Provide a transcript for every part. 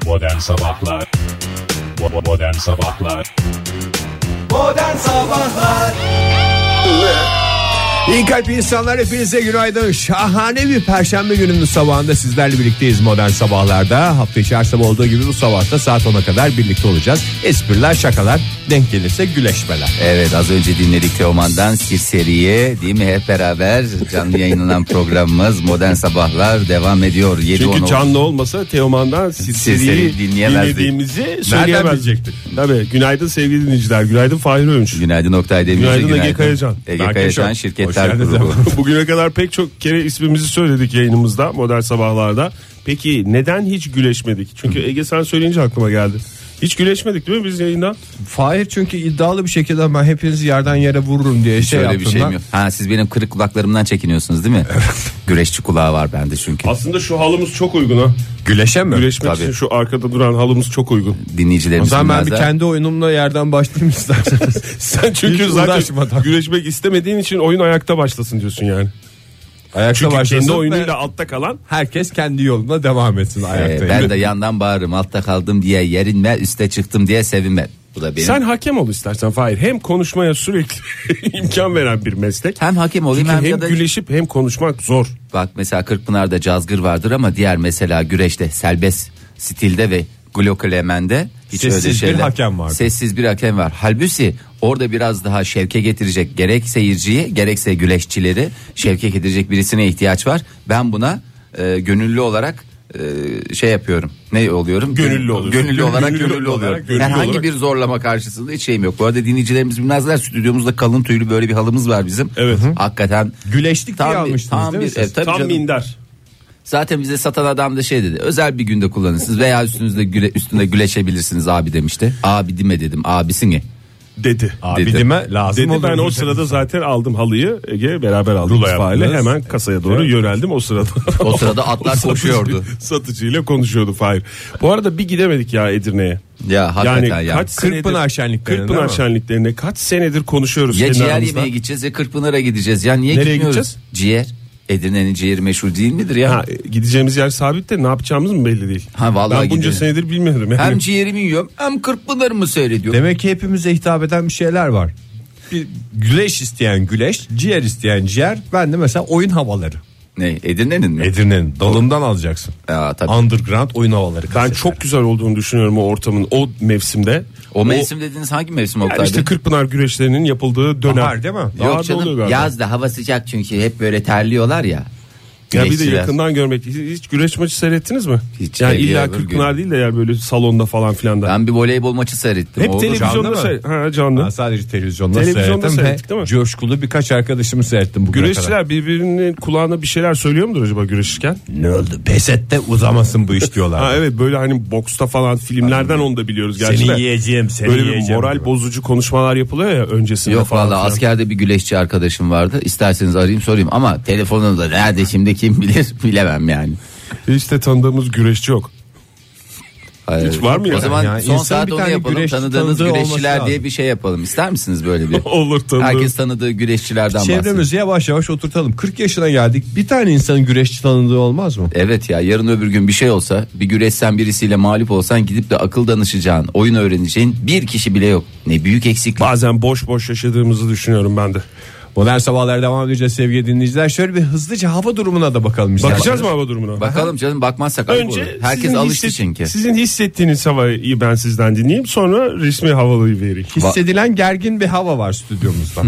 Modern Sabahlar. Modern Sabahlar. Modern Sabahlar. İyi kalp insanlar, hepinize günaydın. Şahane bir perşembe gününün sabahında sizlerle birlikteyiz Modern Sabahlar'da. Hafta içi her sabah olduğu gibi bu sabahta saat 10'a kadar birlikte olacağız. Espriler, şakalar, denk gelirse güleşmeler. Evet, az önce dinledik Teoman'dan Sirseri'ye, değil mi? Hep beraber canlı yayınlanan programımız Modern Sabahlar devam ediyor. Çünkü canlı olmasa Teoman'dan Sirseri'yi dinlediğimizi söyleyemezdik. Tabii. Günaydın sevgili dinleyiciler. Günaydın Fahir Öğünç. Günaydın Oktay Demirci. Günaydın Ege Kayacan. Ege Kayacan şirketler grubu. Bugüne kadar pek çok kere ismimizi söyledik yayınımızda, Modern Sabahlar'da. Peki neden hiç güleşmedik? Çünkü Ege sen söyleyince aklıma geldi. Hiç güleşmedik değil mi biz yayında? Fahir çünkü iddialı bir şekilde ben hepinizi yerden yere vururum diye Hiç öyle yaptığımda. bir şeyim yok. Ha, siz benim kırık kulaklarımdan çekiniyorsunuz değil mi? Güreşçi kulağı var bende çünkü. Aslında şu halımız çok uygun ha. Güleşen mi? Güleşmek için şu arkada duran halımız çok uygun. Dinleyicilerimiz O zaman ben bir bilmezler. kendi oyunumla yerden başlayayım isterseniz. Sen çünkü Hiç zaten uğraşmadan. güreşmek istemediğin için oyun ayakta başlasın diyorsun yani. Ayakta Çünkü başlasın kendi ve oyunuyla altta kalan herkes kendi yoluna devam etsin ayakta. Ben de yandan bağırırım, altta kaldım diye yerinme, üste çıktım diye sevinme. Bu da benim. sen hakem ol istersen Fahir. Hem konuşmaya sürekli imkan veren bir meslek. Hem hakem olayım Çünkü hem hem ya da... güleşip hem konuşmak zor. Bak mesela Kırkpınar'da cazgır vardır ama diğer mesela güreşte serbest stilde ve Glocklemen'de hiç Sessiz öyle bir şeyler. hakem vardır. Sessiz bir hakem var. Halbuki orada biraz daha şevke getirecek, gerek seyirciyi gerekse güreşçileri şevke getirecek birisine ihtiyaç var. Ben buna gönüllü olarak şey yapıyorum. Ne oluyorum? Gönüllü oluyorsun. Gönüllü olarak Gönüllü gönüllü oluyorum. olarak, gönüllü Herhangi olarak. bir zorlama karşısında hiç şeyim yok. Bu arada dinleyicilerimiz bilmezler, stüdyomuzda kalın tüylü böyle bir halımız var bizim. Evet. Hakikaten Güleştik diye almıştınız değil mi siz? tabii Tam canım. minder. Zaten bize satan adam da şey dedi. Özel bir günde kullanırsınız veya üstünde güleşebilirsiniz abi demişti. Abi deme dedim. Abisini. Dedi. Abi Dedi. deme lazım Dedi olur. ben o sırada zaten aldım halıyı. Ege beraber aldık. Rulo İtfaiyle yaptınız. hemen kasaya doğru yöneldim o sırada. O sırada atlar koşuyordu. Satıcıyla konuşuyordu Fahir. Bu arada bir gidemedik ya Edirne'ye. Ya hakikaten ya. kaç senedir Kırkpınar şenliklerine Kırkpınar değil mi? şenliklerine kaç senedir konuşuyoruz. Ya kendi ciğer aramızda. yemeye gideceğiz ya Kırkpınar'a gideceğiz. Ya niye Nereye gitmiyoruz? gideceğiz? Ciğer. Edirne'nin ciğeri meşhur değil midir ya? Ha, gideceğimiz yer sabit de ne yapacağımız mı belli değil. Ha, vallahi ben bunca gidelim. senedir bilmiyorum. Yani. Hem ciğerimi yiyorum hem Kırkpınar'ımı seyrediyorum. Demek ki hepimize hitap eden bir şeyler var. Bir güleş isteyen güleş, ciğer isteyen ciğer. Ben de mesela oyun havaları. Ne, Edirne'nin mi? Edirne'nin dalından alacaksın. Ya, tabii. Underground oyun havaları. Ben kasetler. çok güzel olduğunu düşünüyorum o ortamın o mevsimde. O mevsim dediğiniz hangi mevsim Yani Oktay işte Bey? Kırkpınar güreşlerinin yapıldığı dönem. Bahar değil mi? Baharda Yok canım, oluyor galiba. yazda hava sıcak çünkü hep böyle terliyorlar ya. Ya bir de Güreşçiler. yakından görmek. Hiç güreş maçı seyrettiniz mi? Hiç, yani tabii illa ya, Kırkpınar değil de yani böyle salonda falan filan da. Ben bir voleybol maçı seyrettim. Hep Oldu. televizyonda Canlı mı? canlı. Ben sadece televizyonda Televizyonda seyrettim seyrettik değil ve mi? coşkulu birkaç arkadaşımı seyrettim bugüne kadar. Güreşçiler birbirinin kulağına bir şeyler söylüyor mudur acaba güreşirken? Ne oldu? Pes et de uzamasın bu iş diyorlar. Ha evet, böyle hani boksta falan filmlerden onu da biliyoruz gerçi Seni de. yiyeceğim, seni Böyle bir yiyeceğim. moral bozucu konuşmalar yapılıyor ya öncesinde Yok falan. vallahi filan. askerde bir güleşçi arkadaşım vardı. İsterseniz arayayım sorayım ama telefonunu da nerede şimdi kim bilir bilemem yani. Hiç de tanıdığımız güreşçi yok. Hayır. Hiç var mı O ya? zaman Yani son insan saat bir onu tane yapalım. güreşçi Tanıdığınız tanıdığı güreşçiler olması diye lazım. bir şey yapalım. İster misiniz böyle bir? Olur, tanıdığım. Herkes tanıdığı güreşçilerden bahsediyor. Çevremizi yavaş yavaş oturtalım. 40 yaşına geldik. Bir tane insanın güreşçi tanıdığı olmaz mı? Evet ya, yarın öbür gün bir şey olsa, bir güreşsen birisiyle mağlup olsan gidip de akıl danışacağın, oyun öğreneceğin bir kişi bile yok. Ne büyük eksiklik. Bazen boş boş yaşadığımızı düşünüyorum ben de. Modern Sabahlar devam edeceğiz sevgili dinleyiciler. Şöyle bir hızlıca hava durumuna da bakalım. Bakacağız mı hava durumuna? Bakalım canım, bakmazsak ayıp olur. Önce Herkes alıştı çünkü. Sizin hissettiğiniz havayı ben sizden dinleyeyim, sonra resmi havayı vereyim. Hissedilen gergin bir hava var stüdyomuzda.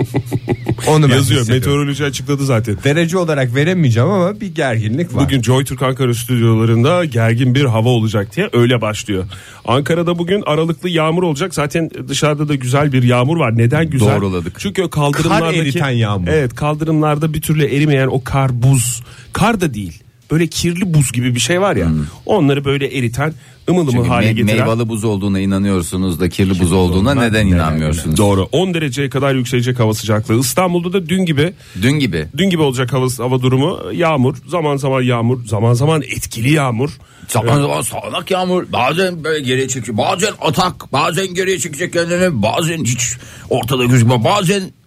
Onu ben Yazıyor, hissediyorum. meteoroloji açıkladı zaten. Derece olarak veremeyeceğim ama bir gerginlik var. Bugün Joy Türk Ankara stüdyolarında gergin bir hava olacak diye öyle başlıyor. Ankara'da bugün aralıklı yağmur olacak. Zaten dışarıda da güzel bir yağmur var. Neden güzel? Doğruladık. Çünkü o kaldırımlardaki... Kar eriten yağmur. Evet, kaldırımlarda bir türlü erimeyen o kar, buz. Kar da değil. Böyle kirli buz gibi bir şey var ya. Onları böyle eriten, ımıl ımıl Çünkü hale getiren. meyveli buz olduğuna inanıyorsunuz da kirli buz olduğuna neden inanmıyorsunuz? Doğru. 10 dereceye kadar yükselecek hava sıcaklığı. İstanbul'da da dün gibi olacak hava durumu. Yağmur, zaman zaman yağmur, zaman zaman etkili yağmur. Zaman zaman sağanak yağmur, bazen böyle geriye çekiyor, bazen atak, bazen geriye çekecek kendini, bazen hiç ortada gözükmüyor, bazen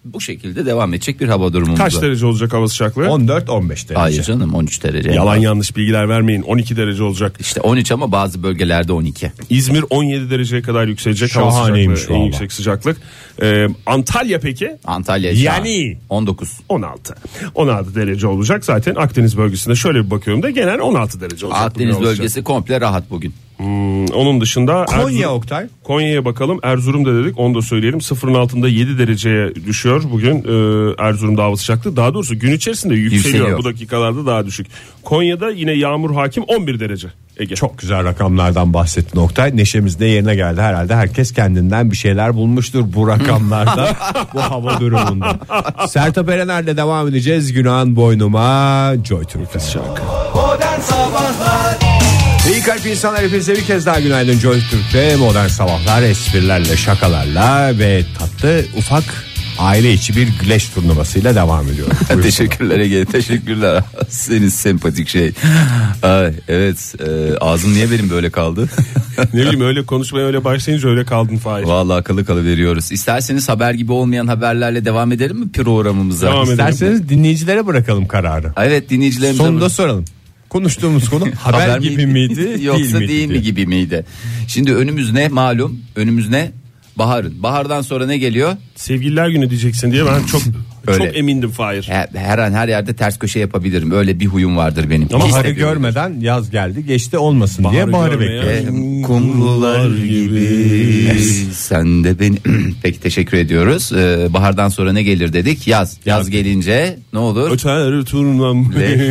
bu şekilde devam edecek bir hava durumumuz Kaç var. derece olacak hava sıcaklığı? 14-15 derece. Hayır canım 13 derece. Yalan yanlış bilgiler vermeyin. 12 derece olacak. İşte 13 ama bazı bölgelerde 12. İzmir 17 dereceye kadar yükselecek hava Şahaneymiş sıcaklığı. En valla. yüksek sıcaklık. Antalya peki? Antalya Yani 19. 16 derece olacak. Zaten Akdeniz bölgesinde şöyle bir bakıyorum da genel 16 derece olacak. Akdeniz bugün hava bölgesi komple rahat bugün. Onun dışında Konya Oktay. Konya'ya bakalım. Erzurum'da dedik, onu da söyleyelim. Sıfırın altında 7 dereceye düşüyor bugün Erzurum'da hava sıcaklığı. Daha doğrusu gün içerisinde yükseliyor. Bu dakikalarda daha düşük. Konya'da yine yağmur hakim 11 derece. Ege. Çok güzel rakamlardan bahsettin Oktay. Neşemiz de yerine geldi herhalde. Herkes kendinden bir şeyler bulmuştur bu rakamlarda, bu hava durumunda. Sertab Erener'le devam edeceğiz. Günahın boynuma, Joy Türk'te. Modern Sabahlar İyi kalp insanlar, hepinize bir kez daha günaydın. Joy Türk'te modern sabahlar, esprilerle, şakalarla ve tatlı ufak aile içi bir güleş turnuvasıyla devam ediyor. Teşekkürler Ege, teşekkürler. Senin sempatik şey. Ay, evet, ağzım niye benim böyle kaldı? Ne bileyim, öyle konuşmaya öyle başlayınca öyle kaldın Fahir. Vallahi akıllı veriyoruz. İsterseniz haber gibi olmayan haberlerle devam edelim mi programımıza? Devam edelim. İsterseniz dinleyicilere bırakalım kararı. Evet, dinleyicilerimize. Sonunda soralım. Konuştuğumuz konu haber gibi miydi, yoksa değil değil mi diye. gibi miydi? Şimdi önümüz ne malum? Önümüz ne? Baharın. Bahardan sonra ne geliyor? Sevgililer günü diyeceksin diye ben çok Öyle. çok emindim Fahir. Her an her yerde ters köşe yapabilirim. Öyle bir huyum vardır benim. Ama Hiç baharı de görmeden yaz geldi geçti olmasın Baharı diye baharı görmeye- bekliyoruz. Kumrular gibi sen de beni. Peki, teşekkür ediyoruz. Bahardan sonra ne gelir dedik? Yaz gelince ne olur? Öter turnam. Ve-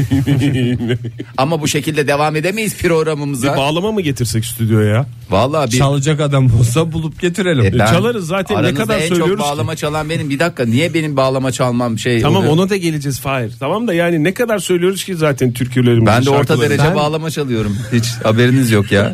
Ama bu şekilde devam edemeyiz programımıza. Bir bağlama mı getirsek stüdyoya? Vallahi bir Çalacak adam olsa bulup getirelim. Ben- çalarız zaten, ne aranızda kadar en söylüyoruz çok bağlama çalan benim. Bir dakika, niye benim bağlama çalmam şey Tamam, oluyor? ona da geleceğiz Fahir. Tamam da yani ne kadar söylüyoruz ki zaten türkülerimizi. Ben de orta şarkılarımızı. derece Sen- bağlama çalıyorum. Hiç haberiniz yok ya.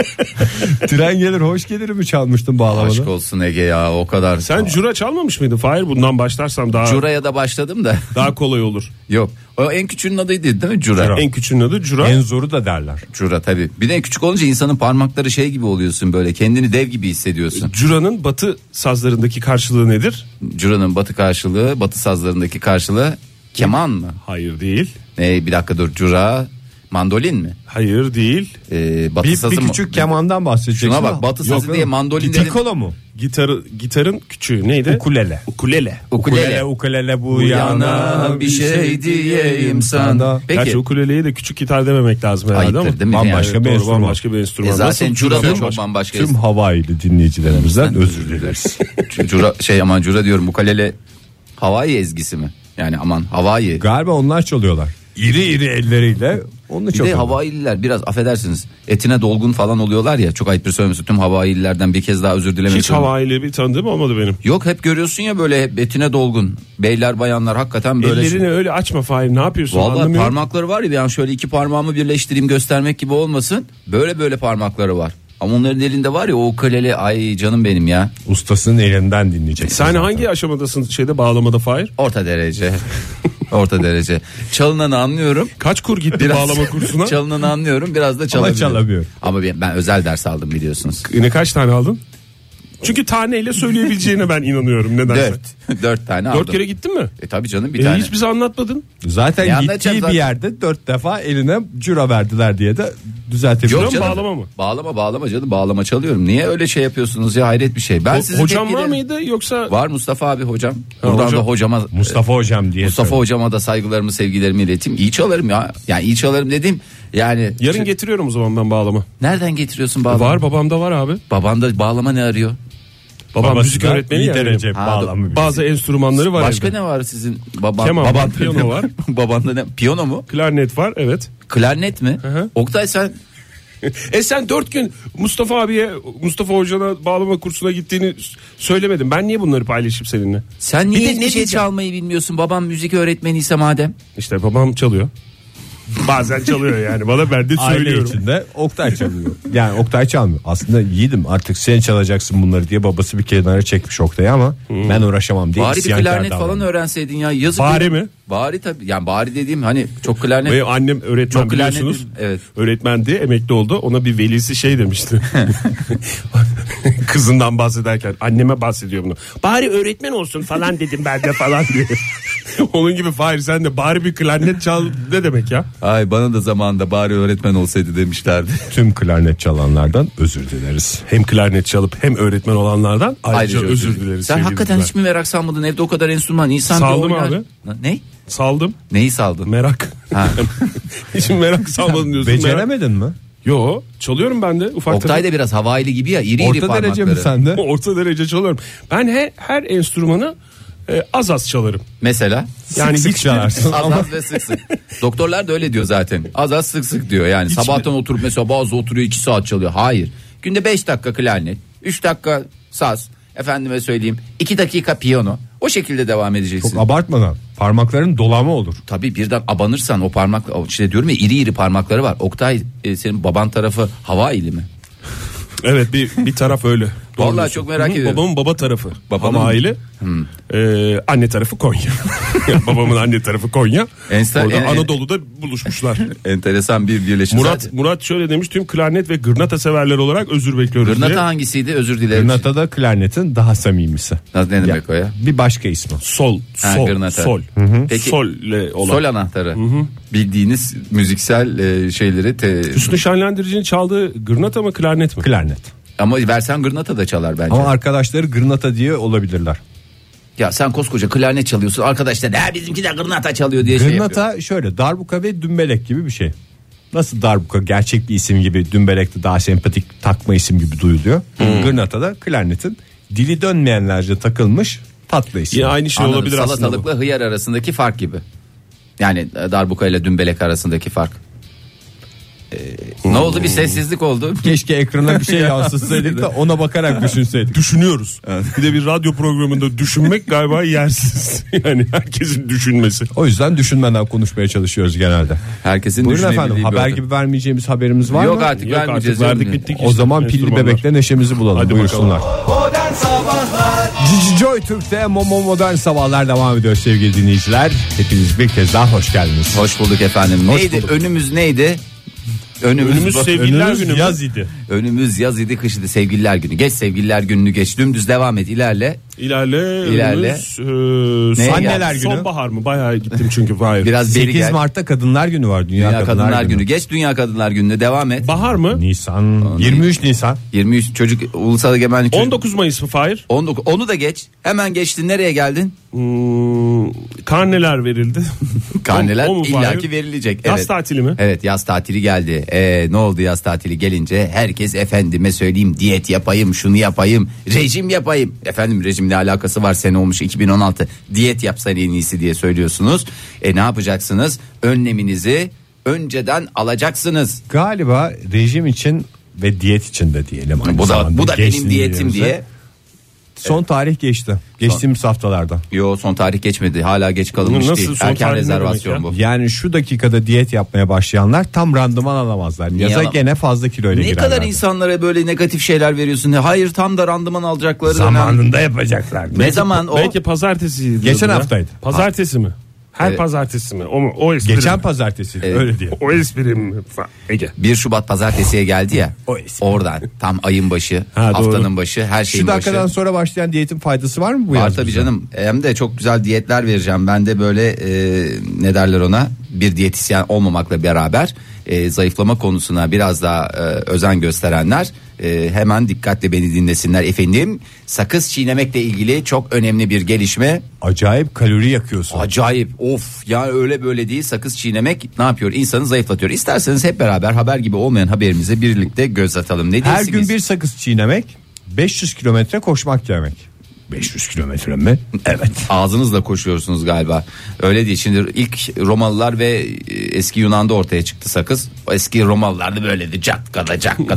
Tren gelir hoş gelir mi çalmıştın bağlamada? Aşk olsun Ege ya, o kadar. Sen cura çalmamış mıydın Fahir? Bundan başlarsam daha Cura'ya da başladım da. daha kolay olur. Yok. O en küçüğünün adıydı değil mi? Cura. En küçüğünün adı cura. En zoru da derler. Cura tabii. Bir de küçük olunca insanın parmakları şey gibi oluyorsun, böyle kendini dev gibi hissediyorsun. Cura'nın batı sazlarındaki karşılığı nedir? Cura'nın batı karşılığı, batı sazlarındaki karşılığı keman mı? Hayır değil. Bir dakika dur, Cura mandolin mi? Hayır değil. Batı Bir sazı mı? küçük kemandan bahsedeceksin. Şuna bak, batı sazı diye mandolin dedim. Piccolo mu? Gitarın küçüğü neydi? Ukulele. Ukulele. Ukulele. Ukulele bu yana yana bir şey diyeyim sana. Gerçi Peki. ukuleleye de küçük gitar dememek lazım herhalde Ayıptır ama. değil mi? Bambaşka Yani? bir Doğru, enstrüman. bambaşka bir enstrüman. Zaten Nasıl Cura da Cura? çok bambaşka. Tüm Hawaii'li dinleyicilerimizden özür dileriz. Cura Cura diyorum, ukulele Hawaii ezgisi mi? Yani aman Hawaii. Galiba onlar çalıyorlar. İri iri elleriyle onu Bir de çalıyorlar. Hawaiililer biraz affedersiniz etine dolgun falan oluyorlar ya, çok ayıp bir söylemesi. Tüm Hawaiililerden bir kez daha özür dilemek Hiç istiyorum. Hawaii'li bir tanıdığım olmadı benim. Yok, hep görüyorsun ya böyle hep etine dolgun. Beyler bayanlar hakikaten böyle. Ellerini öyle açma Fahir, ne yapıyorsun? Vallahi Anlamıyorum. parmakları var ya, yani şöyle iki parmağımı birleştireyim göstermek gibi olmasın. Böyle parmakları var. Ama onların elinde var ya o ukulele, ay canım benim ya. Ustasının elinden dinleyeceksin. Sen zaten. hangi aşamadasın bağlamada Fahir? Orta derece. Orta derece. Çalınanı anlıyorum. Kaç kur gitti bağlama kursuna? Çalınanı anlıyorum, biraz da çalabiliyorum. çalamıyor. Ama ben özel ders aldım biliyorsunuz. Ne, kaç tane aldın? Çünkü taneyle söyleyebileceğine ben inanıyorum nedense. 4 tane aldım. 4 kere gittin mi? Tabii canım, bir tane. Hiç bize anlatmadın. Zaten Ne anlatacağım gittiği zaten? bir yerde 4 defa eline cura verdiler diye de düzeltebilirim. Yok Cura canım. mı, bağlama mı? Bağlama canım, bağlama çalıyorum. Niye öyle şey yapıyorsunuz ya, hayret bir şey. Ben sizin Hocam var tepkileri- mıydı yoksa? Var Mustafa abi hocam. Buradan hocam. da hocama Mustafa hocam diye Mustafa söyle. hocama da saygılarımı sevgilerimi ileteyim. İyi çalarım ya. Yani iyi çalarım dediğim yani. Yarın getiriyorum o zaman ben bağlama. Nereden getiriyorsun bağlama? Var, babamda var abi. Babanda bağlama ne arıyor? Babam Babası müzik da öğretmeni iyi yani. derece Ha, bağlamı. Bazı enstrümanları var Başka evde. ne var sizin baban? Keman var, baban piyano var. Babanda ne? Piyano mu? Klarnet var, evet. Klarnet mi? hı. Oktay sen Sen 4 gün Mustafa Hoca'na bağlama kursuna gittiğini söylemedin. Ben niye bunları paylaşayım seninle? niye de hiçbir ne şey diyeceğim? çalmayı bilmiyorsun? Babam müzik öğretmeniyse madem. İşte babam çalıyor. Bazen çalıyor yani bana, ben de Aile söylüyorum. içinde Oktay çalıyor. Yani Oktay çalmıyor. Aslında yiğidim artık sen çalacaksın bunları diye babası bir kenara çekmiş Oktay'ı ama ben uğraşamam diye Bari bir isyankar klarnet falan davranıyor. öğrenseydin ya. Yazık. Bari mi? Bari tabii. Yani bari dediğim hani çok klarnet. Ve annem öğretmen, Çok klarnet biliyorsunuz. dedim, evet. Öğretmendi, emekli oldu. Ona bir velisi şey demişti. Kızından bahsederken anneme bahsediyor bunu. Bari öğretmen olsun falan dedim ben de falan diye. Onun gibi Fahir sen de bari bir klarnet çal ne demek ya? Ay bana da zamanında bari öğretmen olsaydı demişlerdi. Tüm klarnet çalanlardan özür dileriz. Hem klarnet çalıp hem öğretmen olanlardan ayrıca özür dileriz. Sen hakikaten hiç mi merak salmadın evde o kadar enstrüman? İnsan Saldım bir oynar. abi. Ne? Saldım. Neyi saldın? Merak. Ha. Hiç merak salmadın diyorsun. Beceremedin mi? Yo, çalıyorum ben de ufak Oktay da biraz havaylı gibi ya, iri iri Orta parmakları. derece mi sende? orta derece çalıyorum. Ben her enstrümanı az az çalarım. Mesela? Yani Sık hiç çalarsın. Az az ve sık sık. Doktorlar da öyle diyor zaten. Az az sık sık diyor yani. Sabahtan oturup mesela bazı oturuyor 2 saat çalıyor. Hayır. Günde 5 dakika klarnet, 3 dakika saz, efendime söyleyeyim 2 dakika piyano. O şekilde devam edeceksin. Çok abartmadan parmakların dolama olur. Tabii birden abanırsan o parmak, işte diyorum ya iri iri parmakları var. Oktay senin baban tarafı Havaili mi? Evet, bir taraf öyle. Doğru Vallahi diyorsun. çok merak ediyorum. Babamın baba tarafı. Babanın Ama aile. Anne tarafı Konya. Babamın anne tarafı Konya. Orada Anadolu'da buluşmuşlar. Enteresan bir birleşim. Murat şöyle demiş, tüm klarnet ve gırnata severler olarak özür bekliyoruz Gırnata diye. hangisiydi? Özür dilerim. Gırnata da klarnetin daha samimisi. Ne demek o ya? Bir başka ismi. Sol. Gırnata. Sol. Peki, Solle olan. sol anahtarı. Bildiğiniz müziksel şeyleri Hüsnü Şenlendirici'nin çaldığı gırnata mı klarnet mi? Klarnet. ama versen gırnata da çalar bence. Ama arkadaşları gırnata diye olabilirler. Ya sen koskoca klarnet çalıyorsun, arkadaşlar da bizimki de gırnata çalıyor diye şey yapıyor. Gırnata şöyle darbuka ve dümbelek gibi bir şey. Nasıl darbuka gerçek bir isim gibi, dümbelek de daha sempatik takma isim gibi duyuluyor. Gırnata da klarnetin dili dönmeyenlerce takılmış tatlı ismi. Ya aynı şey Anladım. olabilir aslında. Salatalıkla hıyar arasındaki fark gibi. Yani darbuka ile dümbelek arasındaki fark. Ne oldu, bir sessizlik oldu. Keşke ekrana bir şey yansıtsaydık da ona bakarak düşünseydik. Düşünüyoruz. Bir de bir radyo programında düşünmek galiba yersiz. Yani herkesin düşünmesi. O yüzden düşünmeden konuşmaya çalışıyoruz genelde. Herkesin Buyurun düşünebildiği efendim, bir haber ortam. gibi vermeyeceğimiz haberimiz var Yok mı? artık Yok vermeyeceğiz. artık verdik öyle. bittik. O zaman pilli Enstrümanlar. bebekle neşemizi bulalım. Hadi Buyursunlar. Modern Sabahlar Cici Joy Türk'te Modern Sabahlar devam ediyor sevgili dinleyiciler. Hepiniz bir kez daha hoş geldiniz. Hoş bulduk efendim. Hoş Neydi? bulduk. Önümüz neydi? Önümüz sevgililer Önümüz günü mü? yaz idi. Önümüz yaz idi, kış idi, sevgililer günü. Geç sevgililer gününü geç. Dümdüz devam et, ilerle. İlerle. Neye Anneler günü. Sonbahar mı? Bayağı gittim çünkü. Hayır. Biraz beri 8 gel. Mart'ta Kadınlar Günü var. Dünya Kadınlar Günü. Geç Dünya Kadınlar Günü'ne devam et. Bahar mı? Nisan 23 Nisan. 23 çocuk ulusal egemenlik. 19 Mayıs mı Fahir? 19. Onu da geç. Hemen geçtin. Nereye geldin? Karneler verildi. Karneler O mu Fahir? illaki verilecek. Yaz Evet. tatili mi? Evet, yaz tatili geldi. Ne oldu yaz tatili gelince? Herkes efendime söyleyeyim diyet yapayım, şunu yapayım, rejim yapayım. Efendim rejimle alakası var, sene olmuş 2016. Diyet yapsan en iyisi diye söylüyorsunuz. Ne yapacaksınız? Önleminizi önceden alacaksınız. Galiba rejim için ve diyet için de diyelim. aynı Bu da zamanda. benim Geçsin diyetim diyoruz. diye. Son tarih geçti. Geçtiğimiz haftalarda. Yo, son tarih geçmedi. Hala geç kalınmış Nasıl değil. son Erken tarih ne rezervasyon demek bu. Yani şu dakikada diyet yapmaya başlayanlar tam randıman alamazlar. Yaza alam- gene fazla kiloyla Ne girerler. kadar insanlara böyle negatif şeyler veriyorsun. Hayır, tam da randıman alacakları Zamanında yapacaklar. Ne zaman o? Belki pazartesi. Geçen haftaydı. Pazartesi mi? Her Evet. pazartesi mi? O espri Geçen mi? pazartesi Evet. öyle diye. O espri mi? Ege. 1 Şubat pazartesiye geldi ya. O espri. Oradan tam ayın başı, Ha, haftanın doğru. başı, her şeyin Şu dakikadan başı. sonra başlayan diyetin faydası var mı bu Var yaz tabii bize? canım. Hem de çok güzel diyetler vereceğim. Ben de böyle ne derler ona, bir diyetisyen olmamakla beraber zayıflama konusuna biraz daha özen gösterenler hemen dikkatle beni dinlesinler efendim. Sakız çiğnemekle ilgili çok önemli bir gelişme. Acayip kalori yakıyorsun. Acayip, of ya, öyle böyle değil. Sakız çiğnemek ne yapıyor? İnsanı zayıflatıyor. İsterseniz hep beraber haber gibi olmayan haberimize birlikte göz atalım. Ne Her dersiniz? gün bir sakız çiğnemek 500 kilometre koşmak demek. 500 kilometre mi? Evet. Ağzınızla koşuyorsunuz galiba. Öyle değil. Şimdi ilk Romalılar ve eski Yunan'da ortaya çıktı sakız. O eski Romalılar da böyleydi. Cakkada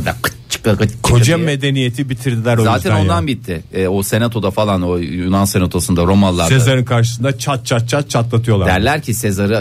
Koca medeniyeti bitirdiler o yüzden. Zaten ondan ya. Bitti. O senatoda falan, o Yunan senatosunda Romalılar. Sezar'ın karşısında çat çat çat çatlatıyorlar. Derler ki Sezar'ı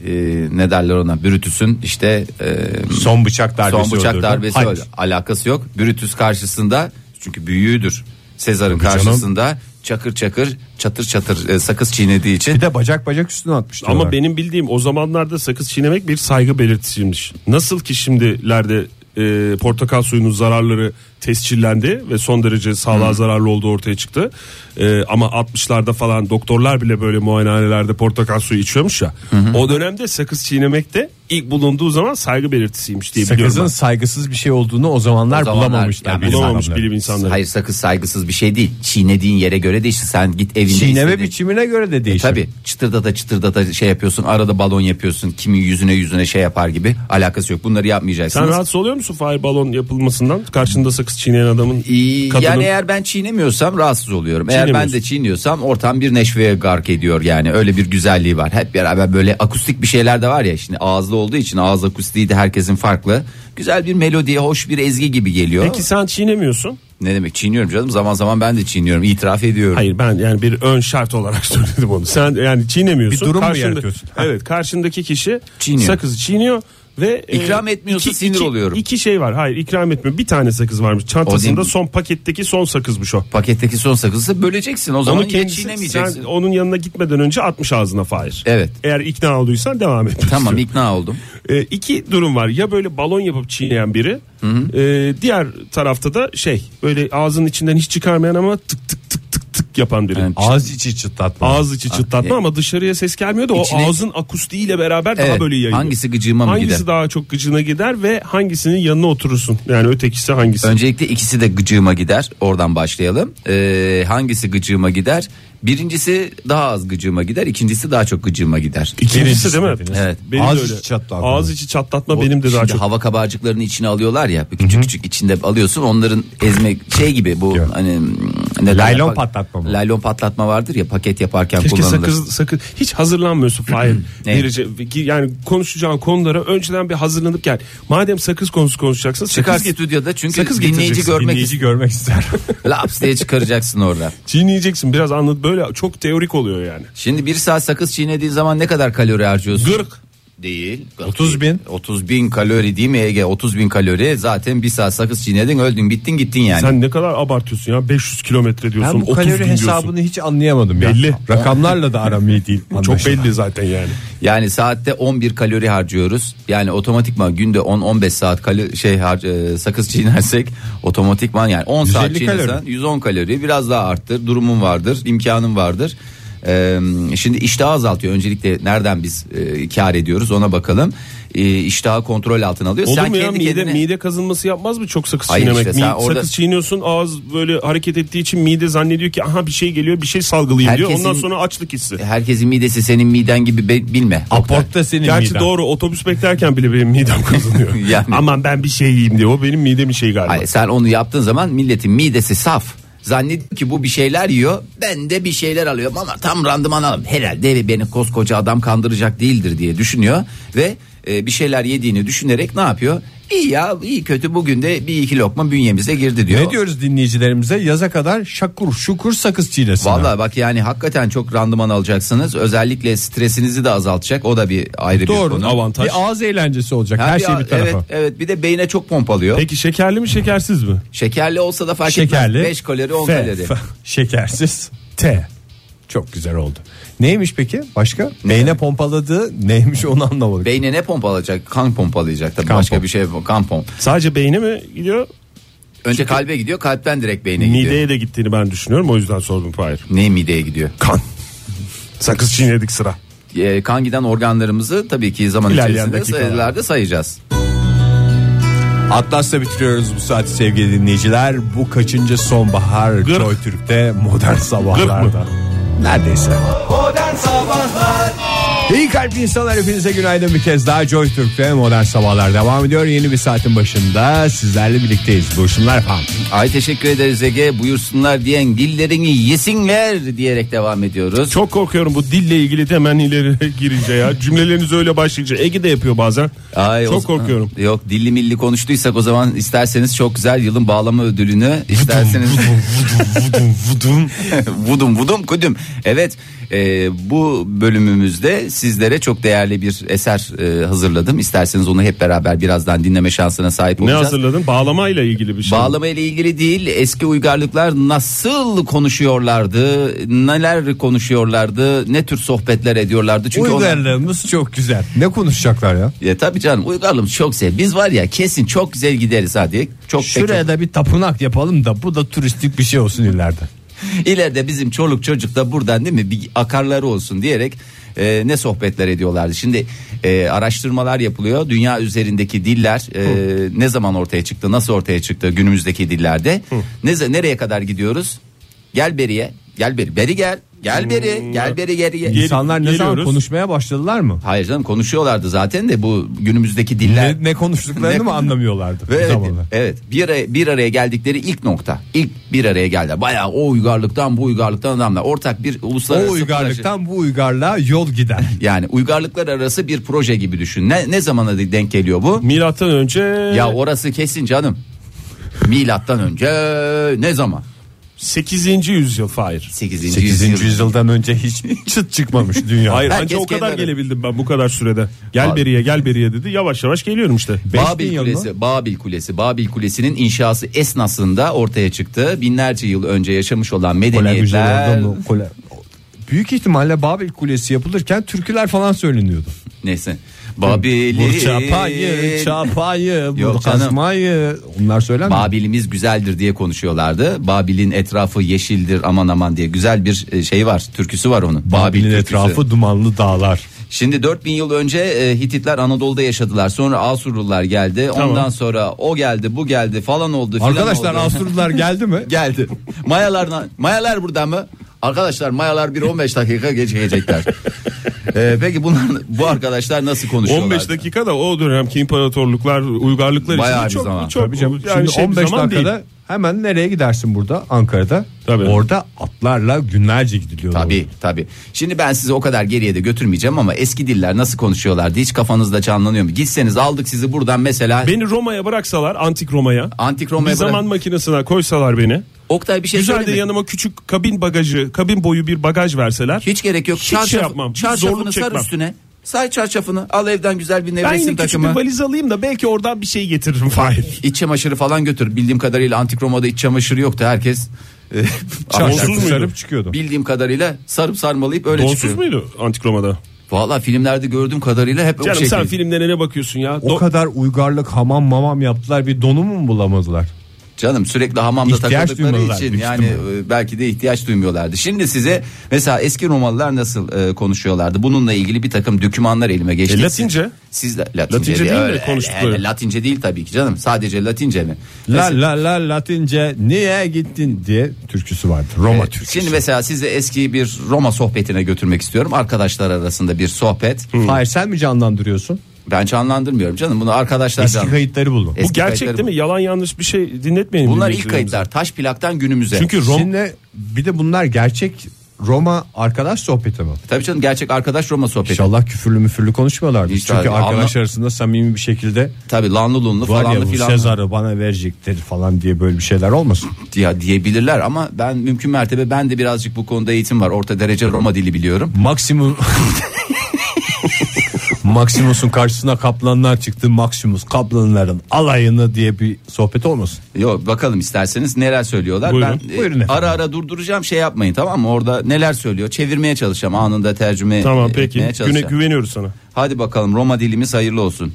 ne derler ona, Brutus'un işte son bıçak darbesi alakası yok. Brutus karşısında, çünkü büyüğüdür. Sezar'ın karşısında çakır çakır çatır çatır sakız çiğnediği için. Bir de bacak üstüne atmış diyorlar. Ama benim bildiğim o zamanlarda sakız çiğnemek bir saygı belirtisiymiş. Nasıl ki şimdilerde portakal suyunun zararları tescillendi ve son derece sağlığa zararlı olduğu ortaya çıktı. Ama 60'larda falan doktorlar bile böyle muayenehanelerde portakal suyu içiyormuş ya. O dönemde sakız çiğnemek de ilk bulunduğu zaman saygı belirtisiymiş diye biliyorum. Sakızın saygısız bir şey olduğunu o zamanlar bulamamışlar. Yani bulamamış bilim insanları. Hayır, sakız saygısız bir şey değil. Çiğnediğin yere göre değişir. Sen git evinde çiğneme biçimine göre de değişir. Tabii çıtırdata şey yapıyorsun. Arada balon yapıyorsun. Kimin yüzüne şey yapar gibi. Alakası yok. Bunları yapmayacaksınız. Sen rahatsız oluyor musun Fahir balon yapılmasından? Karşında sakız çiğneyen adamın, kadının. Yani eğer ben çiğnemiyorsam rahatsız oluyorum. Eğer ben de çiğniyorsam ortam bir neşveye gark ediyor yani. Öyle bir güzelliği var. Hep beraber böyle akustik bir şeyler de var ya. Şimdi ağızlı olduğu için ağız akustiği de herkesin farklı. Güzel bir melodiye, hoş bir ezgi gibi geliyor. Peki sen çiğnemiyorsun. Ne demek çiğniyorum canım, zaman zaman ben de çiğniyorum, itiraf ediyorum. Hayır, ben yani bir ön şart olarak söyledim onu. Sen yani çiğnemiyorsun. Bir durum mu yaratıyorsun? Evet, karşındaki kişi çiğniyor. Sakızı çiğniyor ve ikram etmiyorsa sinir oluyorum. İki şey var. Hayır, ikram etmiyor. Bir tane sakız varmış. Çantasında son paketteki son sakızmış o. Paketteki son sakızı böleceksin. O zaman çiğnemeyeceksin. Sen onun yanına gitmeden önce atmış ağzına Fahir. Evet. Eğer ikna olduysan devam et. Tamam, ikna oldum. İki durum var. Ya böyle balon yapıp çiğneyen biri. Diğer tarafta da böyle ağzının içinden hiç çıkarmayan ama tık tık tık tık tık yapan biri. Yani ağız içi çıtlatma. Ama dışarıya ses gelmiyor da o ağzın akustiğiyle beraber daha böyle yayılıyor. Hangisi gıcığıma mı gider? Hangisi daha çok gıcığına gider ve hangisinin yanına oturursun? Yani ötekisi hangisi? Öncelikle ikisi de gıcığıma gider. Oradan başlayalım. Hangisi gıcığıma gider? Birincisi daha az gıcığıma gider, ikincisi daha çok gıcığıma gider. İkincisi değil mi? Evet. Benim ağız içi çatlatma benim de daha çok. Hava kabarcıklarını içine alıyorlar ya, küçük küçük içinde alıyorsun, onların ezmek gibi bu hani laylon patlatma mı? Laylon patlatma vardır ya, paket yaparken keşke kullanılır. Sakız hiç hazırlanmıyorsun Fahir. Yani konuşacağın konulara önceden bir hazırlanıp gel. Madem sakız konusu konuşacaksın, çıkar stüdyoda, çünkü dinleyici görmek ister. Laps diye çıkaracaksın orada. Çiğneyeceksin, biraz anlat, böyle çok teorik oluyor yani. Şimdi bir saat sakız çiğnediğin zaman ne kadar kalori harcıyorsun? 40. Değil. 30 bin kalori değil mi Ege? 30 bin kalori, zaten bir saat sakız çiğnedin, öldün, bittin gittin yani. Sen ne kadar abartıyorsun ya, 500 kilometre diyorsun. Ben bu kalori hesabını diyorsun. Hiç anlayamadım ya. Belli. Rakamlarla da aram iyi değil. Çok belli zaten yani. Yani saatte 11 kalori harcıyoruz. Yani otomatikman günde 10-15 saat sakız çiğnersek otomatikman yani 10 saat çiğnersen 110 kalori, biraz daha arttır, durumun vardır, imkanın vardır. Şimdi iştahı azaltıyor. Öncelikle nereden biz kar ediyoruz ona bakalım. İştahı kontrol altına alıyor. Olur sen mu ya, kendine... mide kazınması yapmaz mı çok sakız Hayır çiğnemek? işte Sakız çiğniyorsun, ağız böyle hareket ettiği için mide zannediyor ki aha bir şey geliyor, bir şey salgılayayım diyor. Ondan sonra açlık hissi. Herkesin midesi senin miden gibi bilme. Aportta senin Gerçi miden. Doğru, otobüs beklerken bile benim midem kazınıyor. Yani. Aman ben bir şey yiyeyim diyor. O benim midem şey galiba. Hayır, sen onu yaptığın zaman milletin midesi saf. Zannediyor ki bu bir şeyler yiyor, ben de bir şeyler alıyorum ama tam randıman alıyorum. Herhalde beni koskoca adam kandıracak değildir diye düşünüyor ve bir şeyler yediğini düşünerek ne yapıyor? İyi kötü bugün de bir iki lokma bünyemize girdi diyor. Ne diyoruz dinleyicilerimize? Yaza kadar şakur şukur sakız çiğnesinler. Vallahi bak, yani hakikaten çok randıman alacaksınız. Özellikle stresinizi de azaltacak. O da bir ayrı bir konu. Avantaj. Bir ağız eğlencesi olacak. Her şey bir tarafa. Evet, bir de beyne çok pompalıyor. Peki şekerli mi şekersiz mi? Şekerli olsa da fark etmez. 5 kalori 10 kalori. Şekersiz T. Çok güzel oldu. Neymiş peki başka? Beyne pompaladığı neymiş onu anlamadık. Beyne ne pompalayacak? Kan pompalayacak tabii, başka bir şey, kan pomp. Sadece beyne mi gidiyor? Önce kalbe gidiyor, kalpten direkt beyne gidiyor. Mideye de gittiğini ben düşünüyorum, o yüzden sordum Fahir. Ne mideye gidiyor? Kan. Sakız çiğnedik sıra. Kan giden organlarımızı tabii ki zaman içerisinde sayılarda sayacağız. Atlas'la bitiriyoruz bu saati sevgili dinleyiciler. Bu kaçıncı sonbahar Joy Türk'te Modern Sabahlar'da. Neredeyse. Modern Sabahlar İyi kalpli insanlar, hepinize günaydın bir kez daha. Joy Türk'te Modern Sabahlar devam ediyor. Yeni bir saatin başında sizlerle birlikteyiz. Buyursunlar efendim. Ay teşekkür ederiz Ege, buyursunlar diyen dillerini yesinler diyerek devam ediyoruz. Çok korkuyorum bu dille ilgili de hemen ileri girince ya. Cümleleriniz öyle başlayınca. Ege de yapıyor bazen. Ay, çok korkuyorum. Yok, dilli milli konuştuysak o zaman isterseniz çok güzel yılın bağlama ödülünü isterseniz. Vudum kudüm. Evet. Bu bölümümüzde sizlere çok değerli bir eser hazırladım. İsterseniz onu hep beraber birazdan dinleme şansına sahip olacağız. Ne hazırladın? Bağlama ile ilgili bir şey. Bağlama ile ilgili değil. Eski uygarlıklar nasıl konuşuyorlardı? Neler konuşuyorlardı? Ne tür sohbetler ediyorlardı? Çünkü uygarlığımız çok güzel. Ne konuşacaklar ya? Ya tabii canım, uygarlığımız çok güzel. Biz var ya kesin çok güzel gideriz hadi. Şuraya da bir tapınak yapalım da bu da turistik bir şey olsun ileride. İleride bizim çoluk çocuk da buradan değil mi bir akarları olsun diyerek ne sohbetler ediyorlardı. Şimdi araştırmalar yapılıyor. Dünya üzerindeki diller ne zaman ortaya çıktı, nasıl ortaya çıktı günümüzdeki dillerde. Nereye kadar gidiyoruz? Gel beriye. Gel beri gel. Gel beri geriye. İnsanlar ne zaman konuşmaya başladılar mı? Hayır canım, konuşuyorlardı zaten de bu günümüzdeki diller. Ne konuştuklarını mı anlamıyorlardı? Evet. Bir araya geldikleri ilk nokta. İlk bir araya geldiler. Bayağı o uygarlıktan bu uygarlıktan adamlar. Ortak bir uluslararası. O uygarlıktan bu uygarlığa yol gider. Yani uygarlıklar arası bir proje gibi düşün. Ne zamana denk geliyor bu? Milattan önce. Ya orası kesin canım. Milattan önce ne zaman? 8. yüzyıl Fahir. 8. yüzyıldan önce hiç çıt çıkmamış dünya. Hayır, ancak o kadar gelebildim ben bu kadar sürede. Gel beriye dedi. Yavaş yavaş geliyorum işte. Babil Kulesi'nin inşası esnasında ortaya çıktı. Binlerce yıl önce yaşamış olan medeniyetler. Büyük ihtimalle Babil Kulesi yapılırken türküler falan söyleniyordu. Neyse. Babil'i vur çapayı vur kazmayı, onlar söylenmiyor. Babil'imiz güzeldir diye konuşuyorlardı. Babil'in etrafı yeşildir aman diye güzel bir şey var, türküsü var onun. Babil'in etrafı dumanlı dağlar. Şimdi 4000 yıl önce Hititler Anadolu'da yaşadılar. Sonra Asurlular geldi. Tamam. Ondan sonra o geldi, bu geldi falan oldu. Arkadaşlar Asurlular geldi mi? Geldi. Mayalar burada mı? Arkadaşlar Mayalar 15 dakika geçecekler. Peki bu arkadaşlar nasıl konuşuyorlar? 15 dakika da o dönemki imparatorluklar, uygarlıklar bayağı için çok tabii canım. Yani şimdi 15 dakikada değil. Hemen nereye gidersin burada? Ankara'da. Tabii. Orada atlarla günlerce gidiliyor. Tabii. Şimdi ben sizi o kadar geriye de götürmeyeceğim ama eski diller nasıl konuşuyorlardı hiç kafanızda canlanıyor mu? Gitseniz aldık sizi buradan mesela. Beni Roma'ya bıraksalar, antik Roma'ya bir zaman makinesine koysalar beni. Oktay bir şey güzel söyleyeyim de yanıma küçük kabin boyu bir bagaj verseler. Hiç gerek yok. Hiç yapmam. Çarşafını sar üstüne. Say çarşafını, al evden güzel bir nevresim takımı. Ben küçük bir valiz alayım da belki oradan bir şey getiririm Fahir. İç çamaşırı falan götür. Bildiğim kadarıyla antik Roma'da iç çamaşırı yoktu. Herkes donsuz sarıp çıkıyordu. Bildiğim kadarıyla sarıp sarmalayıp öyle donsuz çıkıyor. Donsuz muydu antik Roma'da? Valla filmlerde gördüğüm kadarıyla hep canım, o şekilde. Sen filmlere ne bakıyorsun ya? O kadar uygarlık hamam yaptılar, bir donumu mu bulamadılar? Canım sürekli hamamda takıldıkları için yani belki de ihtiyaç duymuyorlardı. Şimdi size mesela eski Romalılar nasıl konuşuyorlardı? Bununla ilgili bir takım dokümanlar elime geçti. Latince? Siz Latince değil mi konuştukları? Latince değil tabii ki canım. Sadece Latince mi? Latince niye gittin diye türküsü vardı. Roma türküsü. Şimdi mesela sizi eski bir Roma sohbetine götürmek istiyorum. Arkadaşlar arasında bir sohbet. Hayır, sen mi canlandırıyorsun? Ben canlandırmıyorum canım, bunu arkadaşlar eski kayıtları buldum. Bu gerçek değil mi? Yalan yanlış bir şey dinletmeyin. Bunlar ilk kayıtlar, taş plaktan günümüze. Çünkü Şimdi bir de bunlar gerçek Roma arkadaş sohbeti mi? Tabii canım, gerçek arkadaş Roma sohbeti. İnşallah küfürlü konuşmuyorlardı. İşte çünkü arkadaş arasında samimi bir şekilde. Tabii lanlı lunlu falanlı filan. Sezar'ı bana verecektir falan diye böyle bir şeyler olmasın? Ya diyebilirler ama ben mümkün mertebe ben de birazcık bu konuda eğitim var. Orta derece Roma dili biliyorum. Maximus'un karşısına kaplanlar çıktı. Maximus kaplanların alayını diye bir sohbet olmasın? Yok, bakalım isterseniz neler söylüyorlar. Buyurun ara durduracağım, şey yapmayın, tamam mı? Orada neler söylüyor çevirmeye çalışacağım, anında tercüme etmeye çalışacağım. Tamam peki, güveniyoruz sana. Hadi bakalım, Roma dilimiz hayırlı olsun.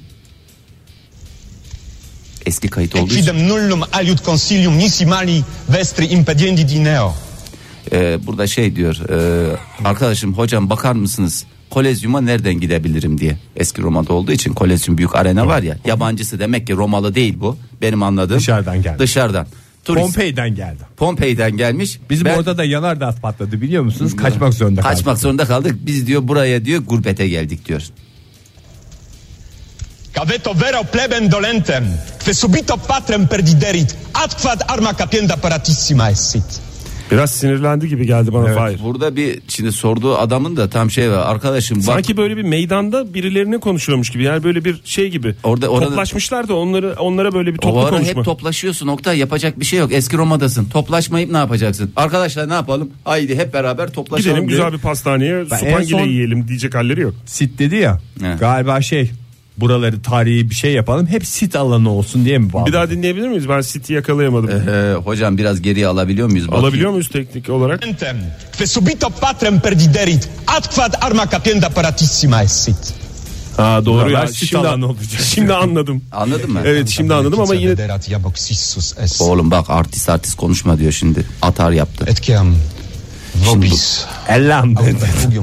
Eski kayıt olduğu için. Nullum aliud consilium nisi mali vestri impediendi dineo. Burada şey diyor, arkadaşım hocam bakar mısınız? Kolezyum'a nereden gidebilirim diye. Eski Roma'da olduğu için Kolezyum büyük arena var ya. Yabancısı demek ki Romalı değil bu. Benim anladığım. Dışarıdan geldi. Dışarıdan. Pompei'den geldi. Pompei'den gelmiş. Bizim orada da yanardağ patladı biliyor musunuz? Kaçmak zorunda kaldık. Kaçmak zorunda kaldık. Biz diyor buraya diyor gurbete geldik diyor. Caveto vero plebem dolentem, que subito patrem perdiderit, adquad arma capienda paratissima essit. Biraz sinirlendi gibi geldi bana Fahir. Burada bir şimdi sorduğu adamın da tam şey var. Arkadaşım bak. Sanki böyle bir meydanda birilerine konuşuyormuş gibi. Yani böyle bir şey gibi. Orada toplaşmışlar da onlara böyle bir toplu konuşma. Hep toplaşıyorsun Oktay, yapacak bir şey yok. Eski Roma'dasın. Toplaşmayıp ne yapacaksın? Arkadaşlar ne yapalım? Haydi hep beraber toplaşalım. Gidelim güzel bir pastaneye supangile yiyelim diyecek halleri yok. Sit dedi ya. He. Galiba buraları tarihi bir şey yapalım. Hep sit alanı olsun diye mi bağlı? Bir daha dinleyebilir miyiz? Ben City'yi yakalayamadım. Hocam biraz geriye alabiliyor muyuz? Alabiliyor muyuz teknik olarak? Que subito patrem perdiderit, adquad arma capienda paratissima essit. Ha doğru ya. Şimdi anladım. Anladın mı? Evet şimdi anladım ama yine. Oğlum bak artist konuşma diyor şimdi. Atar yaptı. Etkiam vobis. Ellam dedi.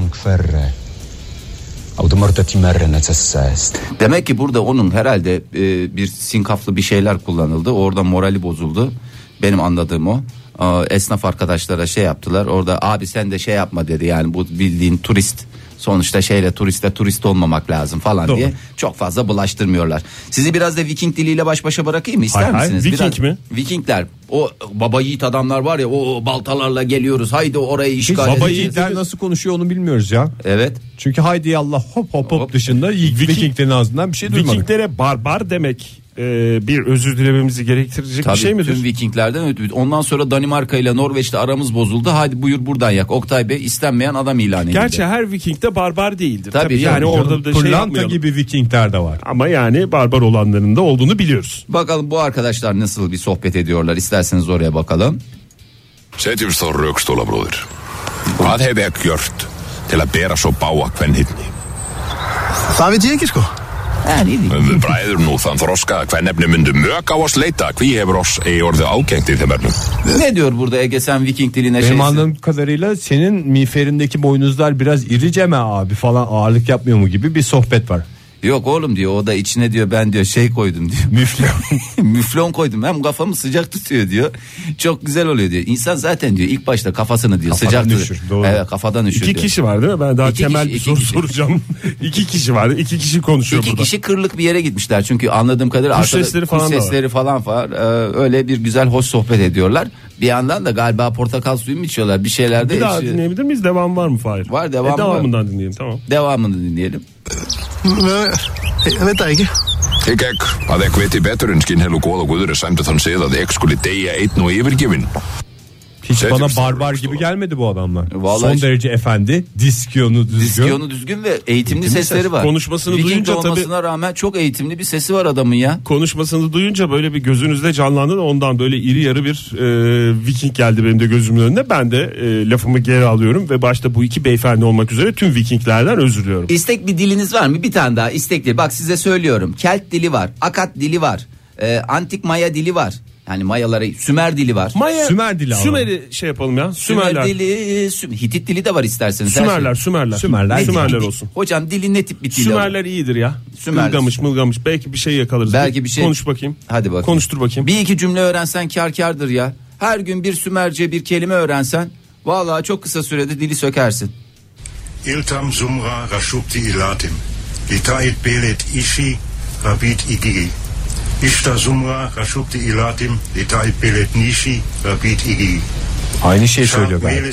Demek ki burada onun herhalde bir sinkaflı bir şeyler kullanıldı. Orada morali bozuldu. Benim anladığım o. Esnaf arkadaşlara şey yaptılar. Orada abi sen de şey yapma dedi. Yani bu bildiğin turist. Sonuçta turist olmamak lazım falan Doğru. diye çok fazla bulaştırmıyorlar. Sizi biraz da Viking diliyle baş başa bırakayım mı? İster misiniz? Viking biraz, mi? Vikingler. O baba yiğit adamlar var ya, o baltalarla geliyoruz. Haydi orayı işgal edeceğiz. Baba yiğitler nasıl konuşuyor onu bilmiyoruz ya. Evet. Çünkü haydi Allah hop dışında Vikinglerin ağzından bir şey duymadık. Vikinglere barbar demek bir özür dilememizi gerektirecek tabii, bir şey midir? Tüm Vikinglerden ötürü. Ondan sonra Danimarka ile Norveç'te aramız bozuldu. Hadi buyur buradan yak. Oktay Bey istenmeyen adam ilan edildi. Gerçi her Viking de barbar değildir. Tabii yani orada da Pırlanta gibi Vikingler de var. Ama yani barbar olanların da olduğunu biliyoruz. Bakalım bu arkadaşlar nasıl bir sohbet ediyorlar. İsterseniz oraya bakalım. Setjumst á rökstóla, bróðir. Hvað hef ég gjört til að bera svo báa kvenhyrni? Það veit ég ekki sko. Við bræður nú þann þroska kvennefni myndu mök á oss leita. Hví hefur oss orðið ágengt í þeim efnum? Ne diyor burada Ege, sen Viking diline Benim anladığım kadarıyla senin miğferindeki boynuzlar biraz irice mi abi falan, ağırlık yapmıyor mu gibi bir sohbet var. Yok oğlum diyor, o da içine diyor ben diyor şey koydum diyor. Müflon koydum, hem kafamı sıcak tutuyor diyor. Çok güzel oluyor diyor. İnsan zaten diyor ilk başta kafasını diyor sıcak tutuyor. Evet, kafadan üşür diyor. 2 kişi var değil mi? Ben daha İki temel kişi, bir soru soracağım. 2 kişi var. 2 kişi konuşuyor burada. 2 kişi kırlık bir yere gitmişler. Çünkü anladığım kadarıyla kuş sesleri falan var. Öyle bir güzel hoş sohbet ediyorlar. Bir yandan da galiba portakal suyu mu içiyorlar? Bir şeyler de. Bir daha dinleyebilir miyiz? Devam var mı Fahir? Var, devam devamından dinleyelim, tamam. Devamını dinleyelim. Ég veit það ekki. Ég að ekki veit í betur en skinnhel og góða guður sæmdi þann segð að ek skuli deyja einn og yfirgefin. Hiç bana barbar gibi gelmedi bu adamlar. Vallahi son derece efendi, diskiyonu düzgün ve eğitimli sesleri var. Konuşmasını Viking duyunca olmasına tabii, rağmen çok eğitimli bir sesi var adamın ya. Konuşmasını duyunca böyle bir gözünüzde canlandı da ondan böyle iri yarı bir Viking geldi benim de gözümün önüne. Ben de lafımı geri alıyorum ve başta bu iki beyefendi olmak üzere tüm Vikinglerden özür diliyorum. İstek bir diliniz var mı? Bir tane daha istekli. Bak size söylüyorum. Kelt dili var. Akat dili var. Antik Maya dili var. Yani Mayalara Sümer dili var. Sümer dili. Sümer'i şey yapalım ya. Sümer dili, Hitit dili de var isterseniz. Sümerler olsun. Hocam dili ne tip bir dil? Sümerler iyidir ya. Mılgamış. Belki bir şey yakalarız. Belki bir şey. Konuş bakayım. Hadi bakayım. Konuştur bakayım. Bir iki cümle öğrensen kârdır ya. Her gün bir Sümerce bir kelime öğrensen vallahi çok kısa sürede dili sökersin. Iltam Zumra Rashupti Ilatim. Litait Belet Ishi Rabit Igigi. İşta Zumra Rashupti Ilatim. Litait Belet Nishi Rabit Igigi. Aynı şey söylüyor galiba.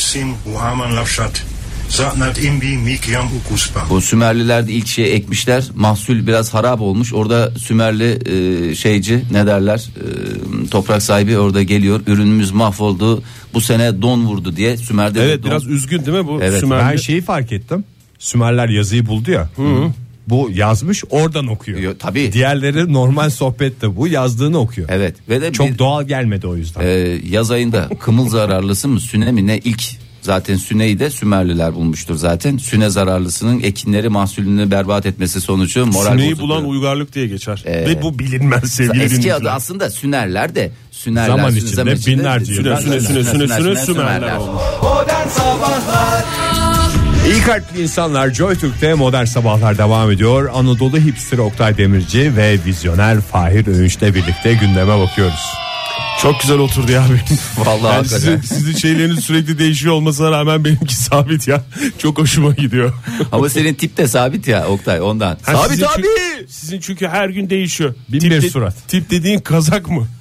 Bu Sümerliler de ilk şeyi ekmişler. Mahsul biraz harap olmuş. Orada Sümerli şeyci ne derler? Toprak sahibi orada geliyor. Ürünümüz mahvoldu. Bu sene don vurdu diye Sümer'de. Evet biraz üzgün değil mi bu evet. Sümerli? Ben şeyi fark ettim. Sümerler yazıyı buldu ya. Hı-hı. Bu yazmış oradan okuyor. Tabii. Diğerleri normal sohbette bu yazdığını okuyor. Evet. Ve de çok doğal gelmedi o yüzden. Yaz ayında kımıl zararlısı mı süne mi ne ilk zaten süneyi de Sümerliler bulmuştur zaten. Süne zararlısının ekinleri mahsulünü berbat etmesi sonucu moral süneyi bozuldu. Bulan uygarlık diye geçer. Ve bu bilinmez sevgili eski dinleyiciler. adı aslında Sünerler de zaman içinde binlerce Sümerler olmuş. Modern Sabahlar. İyi kalpli insanlar, Joy Türk'te Modern Sabahlar devam ediyor. Anadolu hipster Oktay Demirci ve vizyoner Fahir Öğünç'le birlikte gündeme bakıyoruz. Çok güzel oturdu ya benim. Vallahi yani sizin şeyleriniz sürekli değişiyor olmasına rağmen benimki sabit ya. Çok hoşuma gidiyor. Ama senin tip de sabit ya Oktay, ondan. Sabit abi. Sizin çünkü her gün değişiyor. Bir surat. Tip dediğin kazak mı?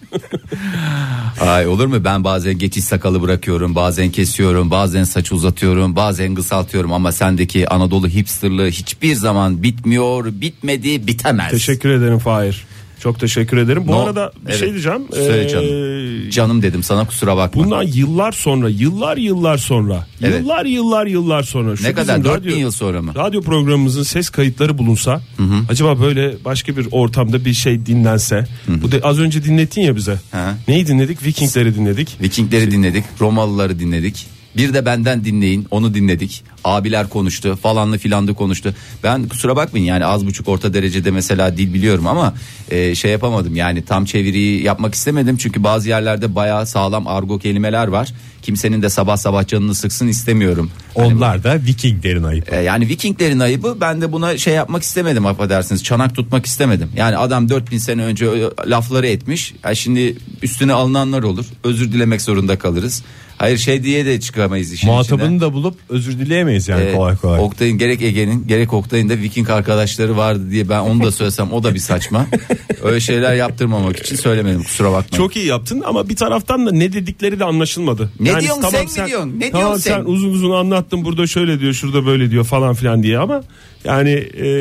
Ay olur mu, ben bazen geçiş sakalı bırakıyorum, bazen kesiyorum, bazen saç uzatıyorum, bazen kısaltıyorum ama sendeki Anadolu hipsterlığı hiçbir zaman bitmiyor, bitmedi, bitemez. Teşekkür ederim Fahir. Çok teşekkür ederim. Bu arada bir şey diyeceğim. Söyle canım. Canım dedim sana, kusura bakma. Bundan yıllar sonra, yıllar sonra, evet. yıllar sonra. Ne kadar? 4000 yıl sonra mı? Radyo programımızın ses kayıtları bulunsa, acaba böyle başka bir ortamda bir şey dinlense. Bu da az önce dinlettin ya bize. Neyi dinledik? Vikingleri dinledik. Vikingleri dinledik, Romalıları dinledik. Bir de benden dinleyin, onu dinledik. Abiler konuştu, falanlı filanlı konuştu. Ben kusura bakmayın yani az buçuk orta derecede mesela dil biliyorum ama şey yapamadım yani, tam çeviriyi yapmak istemedim. Çünkü bazı yerlerde bayağı sağlam argo kelimeler var. Kimsenin de sabah sabah canını sıksın istemiyorum. Onlar da Vikinglerin ayıbı. Yani Vikinglerin ayıbı, ben de buna şey yapmak istemedim, affedersiniz, çanak tutmak istemedim. Yani adam 4000 sene önce lafları etmiş. Şimdi üstüne alınanlar olur, özür dilemek zorunda kalırız. Hayır şey diye de çıkamayız işin muhatabını içinden. da bulup özür dileyemeyiz yani kolay kolay. Oktay'ın gerek Ege'nin gerek Oktay'ın da Viking arkadaşları vardı diye ben onu da söylesem o da bir saçma. Öyle şeyler yaptırmamak için söylemedim, kusura bakmayın. Çok iyi yaptın ama bir taraftan da ne dedikleri de anlaşılmadı. Ne yani diyorsun tamam, sen mi diyorsun? Ne tamam, diyorsun sen? Uzun uzun anlattın, burada şöyle diyor, şurada böyle diyor falan filan diye ama yani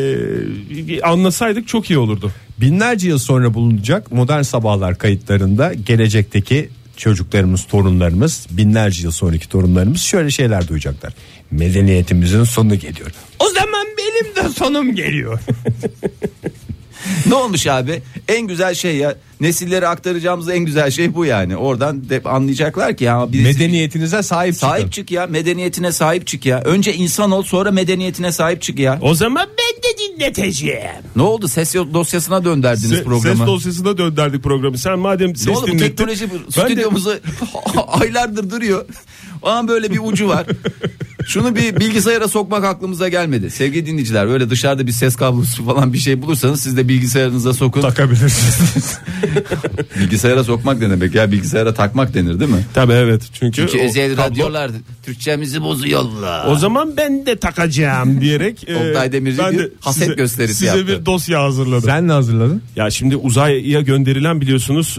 anlasaydık çok iyi olurdu. Binlerce yıl sonra bulunacak Modern Sabahlar kayıtlarında gelecekteki çocuklarımız, torunlarımız, binlerce yıl sonraki torunlarımız şöyle şeyler duyacaklar. Medeniyetimizin sonu geliyor. O zaman benim de sonum geliyor. Ne olmuş abi? En güzel şey ya, nesillere aktaracağımız en güzel şey bu yani. Oradan anlayacaklar ki ya medeniyetinize sahip çık ya, medeniyetine sahip çık ya. Önce insan ol, sonra medeniyetine sahip çık ya. O zaman ben de dinleteceğim. Ne oldu? Ses dosyasına dönderdiniz programı. Ses dosyasına dönderdik programı. Sen madem ses dinlettin. Teknoloji stüdyomuzu aylardır duruyor. O an böyle bir ucu var. Şunu bir bilgisayara sokmak aklımıza gelmedi. Sevgili dinleyiciler, böyle dışarıda bir ses kablosu falan bir şey bulursanız siz de bilgisayarınıza sokun. Takabilirsiniz. Bilgisayara sokmak ne demek ya? Bilgisayara takmak denir değil mi? Tabii evet. Çünkü özel radyolar Türkçemizi bozuyorlar. O zaman ben de takacağım diyerek Oktay Demirci bir haset gösterisi size yaptı. Size bir dosya hazırladım. Sen ne hazırladın? Ya şimdi uzaya gönderilen biliyorsunuz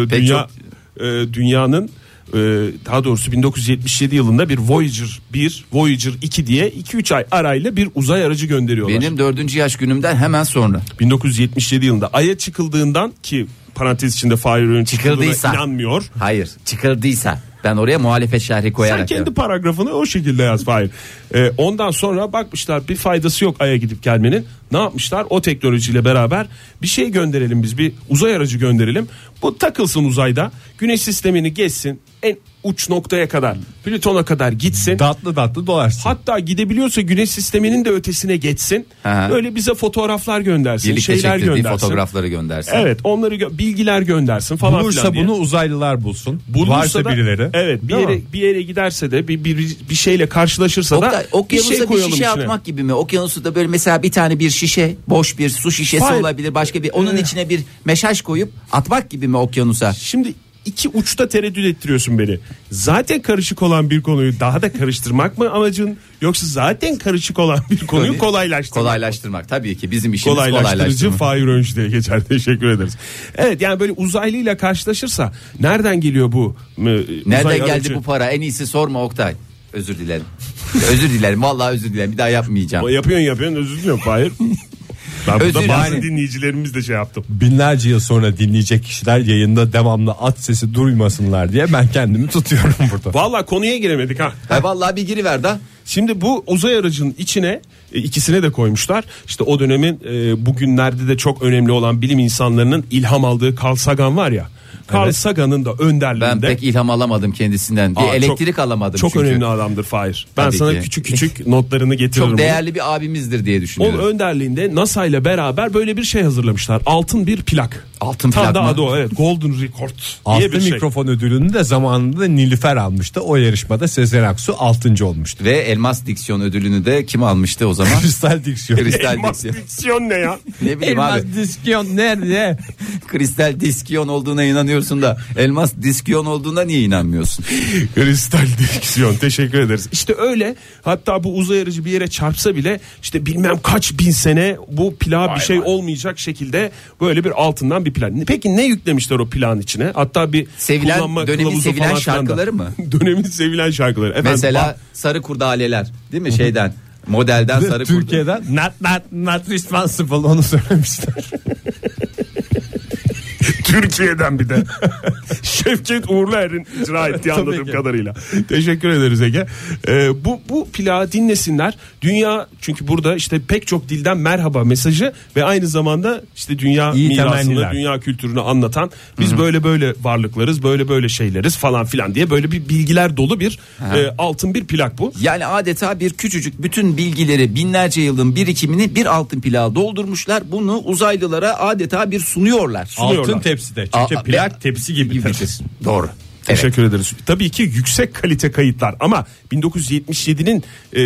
dünyanın daha doğrusu 1977 yılında bir Voyager 1, Voyager 2 diye 2-3 ay arayla bir uzay aracı gönderiyorlar. Benim 4. yaş günümden hemen sonra. 1977 yılında Ay'a çıkıldığından, ki parantez içinde Fahir Öğün çıkıldığına inanmıyor. Hayır, çıkıldıysa ben oraya muhalefet şerhi koyarak. Sen kendi paragrafını o şekilde yaz Fahir. Ondan sonra bakmışlar bir faydası yok Ay'a gidip gelmenin. Ne yapmışlar? O teknolojiyle beraber bir şey gönderelim, biz bir uzay aracı gönderelim. Bu takılsın uzayda, güneş sistemini geçsin, en uç noktaya kadar, Plüton'a kadar gitsin. Tatlı dolaşsın. Hatta gidebiliyorsa güneş sisteminin de ötesine geçsin. Böyle bize fotoğraflar göndersin, birlikte şeyler göndersin. Fotoğrafları göndersin. Evet, onları bilgiler göndersin falan bulursa filan diye. Bunu uzaylılar bulsun. Bulursa varsa da, birileri. Evet, bir yere giderse de bir şeyle karşılaşırsa da bir şey koyalım şişe içine. Atmak gibi mi? Okyanusta böyle mesela bir tane bir şişe, boş bir su şişesi olabilir, başka bir onun içine bir meşaj koyup atmak gibi mi okyanusa? Şimdi iki uçta tereddüt ettiriyorsun beni. Zaten karışık olan bir konuyu daha da karıştırmak mı amacın, yoksa zaten karışık olan bir konuyu kolaylaştırmak tabii ki bizim işimiz kolaylaştırıcı. Fahir Önç diye geçer. Teşekkür ederiz. Evet, yani böyle uzaylıyla karşılaşırsa nereden geliyor bu nereden geldi aracı? Bu para, en iyisi sorma Oktay. Özür dilerim. Özür dilerim, vallahi özür dilerim, bir daha yapmayacağım. Yapıyorsun özür diliyorum Fahir. Ben burada bazı dinleyicilerimiz de şey yaptım. Binlerce yıl sonra dinleyecek kişiler yayında devamlı at sesi duymasınlar diye ben kendimi tutuyorum burada. Vallahi konuya giremedik ha. Vallahi bir giriver da. Şimdi bu uzay aracının içine ikisine de koymuşlar. İşte o dönemin bugünlerde de çok önemli olan bilim insanlarının ilham aldığı Carl Sagan var ya. Carl Sagan'ın da önderliğinde. Ben pek ilham alamadım kendisinden. Bir elektrik alamadım çok çünkü. Çok önemli adamdır Fahir. Ben tabii sana ki. küçük notlarını getiririm. Çok değerli bir abimizdir diye düşünüyorum. Onun önderliğinde NASA ile beraber böyle bir şey hazırlamışlar. Altın bir plak. Altın Tam plak da mı? adı o, evet, Golden Record diye Altın bir şey. mikrofon ödülünü de zamanında Nilüfer almıştı. O yarışmada Sezen Aksu 6. olmuştu. Ve elmas diksiyon ödülünü de kim almıştı o zaman? Kristal diksiyon. Kristal Elmas diksiyon. diksiyon ne ya? Ne bileyim abi. Elmas diksiyon nerede? Kristal diskiyon olduğuna inanıyorsun da elmas diskiyon olduğuna niye inanmıyorsun? Kristal diksiyon, teşekkür ederiz. İşte öyle, hatta bu uzay aracı bir yere çarpsa bile işte bilmem kaç bin sene bu plağa bir şey olmayacak şekilde böyle bir altından bir plan. Peki ne yüklemişler o plağın içine? Hatta bir Sevilen, kullanma dönemin kılavuzu sevilen falan filan da. şarkıları mı? Dönemin sevilen şarkıları. Efendim, Mesela Sarı Kurdaleler değil mi şeyden? Modelden Sarı Kurdale. Türkiye'den not responsible onu söylemişler. Türkiye'den bir de Şevket Uğurluer'in icra ettiği anladığım kadarıyla. Teşekkür ederiz Ege. Bu plağı dinlesinler. Dünya, çünkü burada işte pek çok dilden merhaba mesajı ve aynı zamanda işte dünya İyi mirasını, temenniler. dünya kültürünü anlatan, biz böyle böyle varlıklarız, böyle böyle şeyleriz falan filan diye böyle bir bilgiler dolu bir altın bir plak bu. Yani adeta bir küçücük bütün bilgileri, binlerce yılın birikimini bir altın plağa doldurmuşlar. Bunu uzaylılara adeta bir sunuyorlar. Altın tepside. Çünkü plak tepsi gibidir. Doğru. Teşekkür ederiz. Tabii ki yüksek kalite kayıtlar ama 1977'nin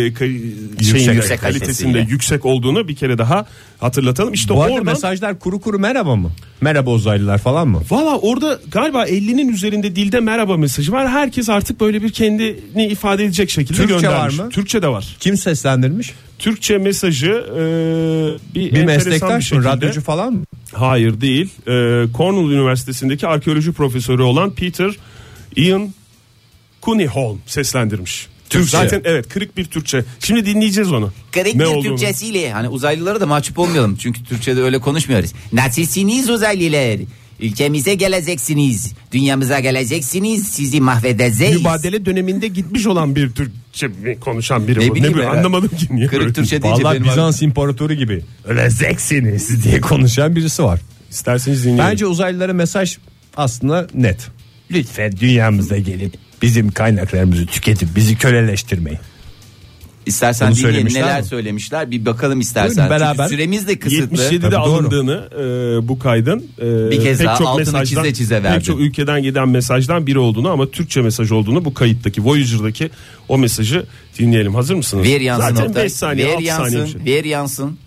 Yüksek kalitesinde kalitesiyle. yüksek olduğunu bir kere daha hatırlatalım. İşte Bu arada oradan mesajlar kuru kuru merhaba mı? Merhaba uzaylılar falan mı? valla orada galiba 50'nin üzerinde dilde merhaba mesajı var. Herkes artık böyle bir kendini ifade edecek şekilde Türkçe göndermiş. var mı? Türkçe de var. Kim seslendirmiş? Türkçe mesajı bir Bir enteresan meslektaş şekilde. mı? Radyocu falan mı? Hayır değil. Cornell Üniversitesi'ndeki arkeoloji profesörü olan Peter Ian Cunningham seslendirmiş. Türkçe. Zaten evet, kırık bir Türkçe. Şimdi dinleyeceğiz onu. Kırık Ne bir olduğunu. Türkçesiyle hani uzaylılara da mahcup olmayalım. Çünkü Türkçe'de öyle konuşmuyoruz. Nasılsınız uzaylılar? Ülkemize geleceksiniz. Dünyamıza geleceksiniz. Sizi mahvedeceğiz. Mübadele döneminde gitmiş olan bir Türkçe konuşan biri Ne bu. bileyim ben. Anlamadım ki niye Kırık böyle. Türkçe deyince Vallahi benim Bizans İmparatoru gibi. Öleceksiniz diye konuşan birisi var. İsterseniz dinleyelim. Bence uzaylılara mesaj aslında net. Lütfen dünyamıza gelip bizim kaynaklarımızı tüketip bizi köleleştirmeyin. İstersen Bunu dinleyelim söylemişler neler mi? söylemişler bir bakalım istersen. Buyurun, beraber. Çünkü süremiz de kısıtlı. 77'de Tabii, doğru. alındığını bu kaydın Bir kez pek daha çok altını mesajdan, çize verdi. pek çok ülkeden giden mesajdan biri olduğunu ama Türkçe mesaj olduğunu bu kayıttaki Voyager'daki o mesajı dinleyelim. Hazır mısınız? Ver yansın Zaten Oktay. 5 saniye, Ver 6 saniye bir yansın. şey. Ver yansın.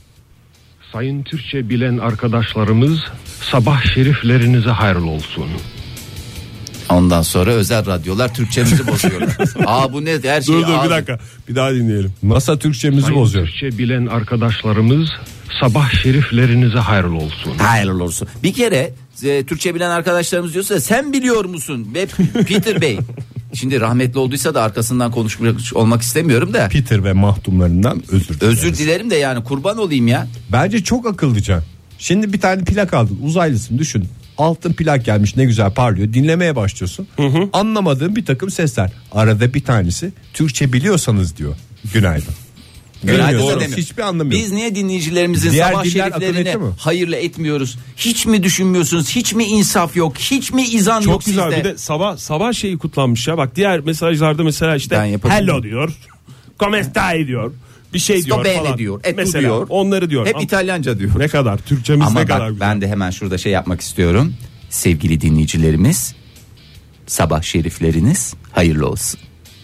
Sayın Türkçe bilen arkadaşlarımız, sabah şeriflerinize hayırlı olsun. Ondan sonra özel radyolar Türkçemizi bozuyorlar. Aa bu ne her şey. Dur bir dakika, bir daha dinleyelim. NASA Türkçemizi Sayın bozuyor. Türkçe bilen arkadaşlarımız, sabah şeriflerinize hayırlı olsun. Hayırlı olsun. Bir kere Türkçe bilen arkadaşlarımız diyorsa sen biliyor musun? Ve Peter Bey. Şimdi rahmetli olduysa da arkasından konuşmak olmak istemiyorum da. Peter ve mahtumlarından özür dilerim. Özür dilerim de yani kurban olayım ya. Bence çok akıllıca. Şimdi bir tane plak aldın, uzaylısın, düşün. Altın plak gelmiş, ne güzel parlıyor. Dinlemeye başlıyorsun. Anlamadığın bir takım sesler. Arada bir tanesi Türkçe biliyorsanız diyor. Günaydın. Günaydın Bilmiyorsanız demiyor. hiçbir anlamı yok. Biz niye dinleyicilerimizin Diğer sabah diller akıl şeriflerini etti mi? hayırla etmiyoruz? Hiç mi düşünmüyorsunuz? Hiç mi insaf yok? Hiç mi izan Çok yok güzel, sizde? bir de sabah şeyi kutlanmış ya. Bak diğer mesajlarda mesela Ben işte yapabilirim. hello diyor. Come stai diyor. Bir şey Sto diyor bene falan. diyor. Et tu Mesela diyor. onları diyor. Hep Ama İtalyanca diyor. ne kadar Türkçemiz Ama ne kadar bak güzel. ben de hemen şurada şey yapmak istiyorum. Sevgili dinleyicilerimiz, sabah şerifleriniz hayırlı olsun.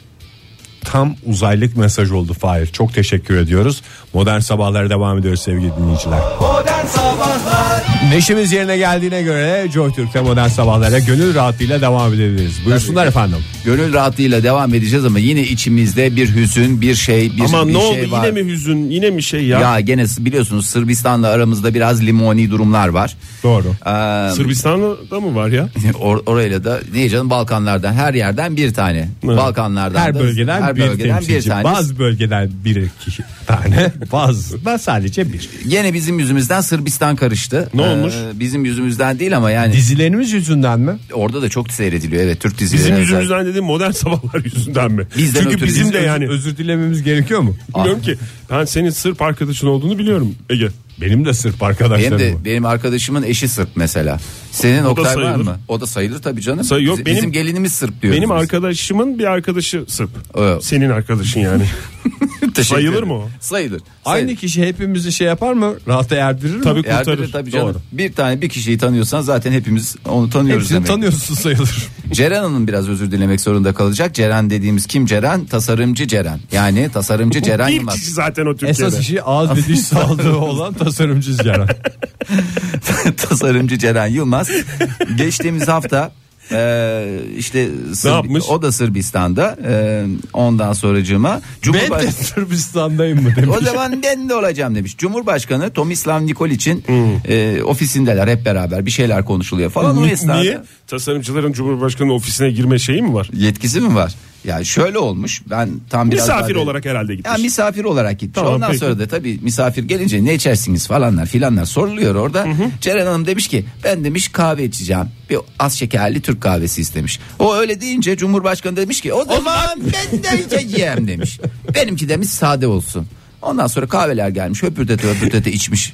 Tam uzaylık mesaj oldu Fahir. Çok teşekkür ediyoruz. Modern Sabahlar devam ediyoruz sevgili dinleyiciler. Modern Sabahlar Neşemiz yerine geldiğine göre Joy Türk'te Modern Sabahlar'a gönül rahatlığıyla devam edebiliriz. Buyursunlar efendim. Gönül rahatlığıyla devam edeceğiz ama yine içimizde bir hüzün, bir şey, bir, Ama bir ne şey oldu, var. yine mi hüzün, yine mi şey ya? Ya gene biliyorsunuz Sırbistan'la aramızda biraz limoni durumlar var. Doğru. Sırbistan'da mı var ya? Orayla da ne canım Balkanlardan her yerden bir tane. Evet. Balkanlardan Her da bölgeden bir temsilci. tane. Bazı bölgeden bir kişi tane. Bazı da sadece bir. Gene bizim yüzümüzden Sırbistan karıştı. Ne olmuş? Bizim yüzümüzden değil ama yani Dizilerimiz yüzünden mi? orada da çok seyrediliyor. Evet, Türk dizileri. Bizim özellikle. yüzümüzden dediğim Modern Sabahlar yüzünden mi? Bizden Çünkü ötürü bizim biz de yani Özür dilememiz gerekiyor mu? bilmiyorum ki. Ben senin Sırp arkadaşın olduğunu biliyorum Ege. Benim de Sırp Benim arkadaşlarım de var. benim arkadaşımın eşi Sırp mesela. Senin O da Oktay var sayılır. mı? O da sayılır tabii canım. Yok, bizim, benim- bizim gelinimiz Sırp diyoruz. Benim biz. arkadaşımın bir arkadaşı Sırp. Evet. Senin arkadaşın yani. Sayılır mı o? Sayılır. Aynı kişi hepimizi şey yapar mı? Rahata erdirir mi? Tabii kurtarır. Erdirir tabii canım. Doğru. Bir kişiyi tanıyorsan zaten hepimiz onu tanıyoruz Hepsini demek. tanıyorsun sayılır. Ceren Hanım biraz özür dilemek zorunda kalacak. Ceren dediğimiz kim Ceren? Tasarımcı Ceren. Yani tasarımcı Ceren Bir Yılmaz. kişi zaten o Türkiye'de. Esas işi ağız ve diş sağlığı olan tasarımcı Ceren. Tasarımcı Ceren Yılmaz. Geçtiğimiz hafta işte yapmış? o da Sırbistan'da. Ondan sonracığıma Ben de Sırbistan'dayım mı demiş. o zaman ben de olacağım demiş. Cumhurbaşkanı Tomislav Nikolić'in ofisindeler hep beraber bir şeyler konuşuluyor falan. O esnada Niye? Tasarımcıların Cumhurbaşkanı ofisine girme şeyi mi var? yetkisi mi var? Yani şöyle olmuş. Ben tam biraz Misafir daha olarak herhalde gitmiş. Ya misafir olarak gitmiş. Tamam, Ondan peki. sonra da tabii misafir gelince ne içersiniz falanlar filanlar soruluyor orada. Ceren Hanım demiş ki ben demiş kahve içeceğim. Bir az şekerli Türk kahvesi istemiş. O öyle deyince Cumhurbaşkanı demiş ki o zaman ben de içeceğim demiş. Benimki demiş sade olsun. Ondan sonra kahveler gelmiş höpürdete içmiş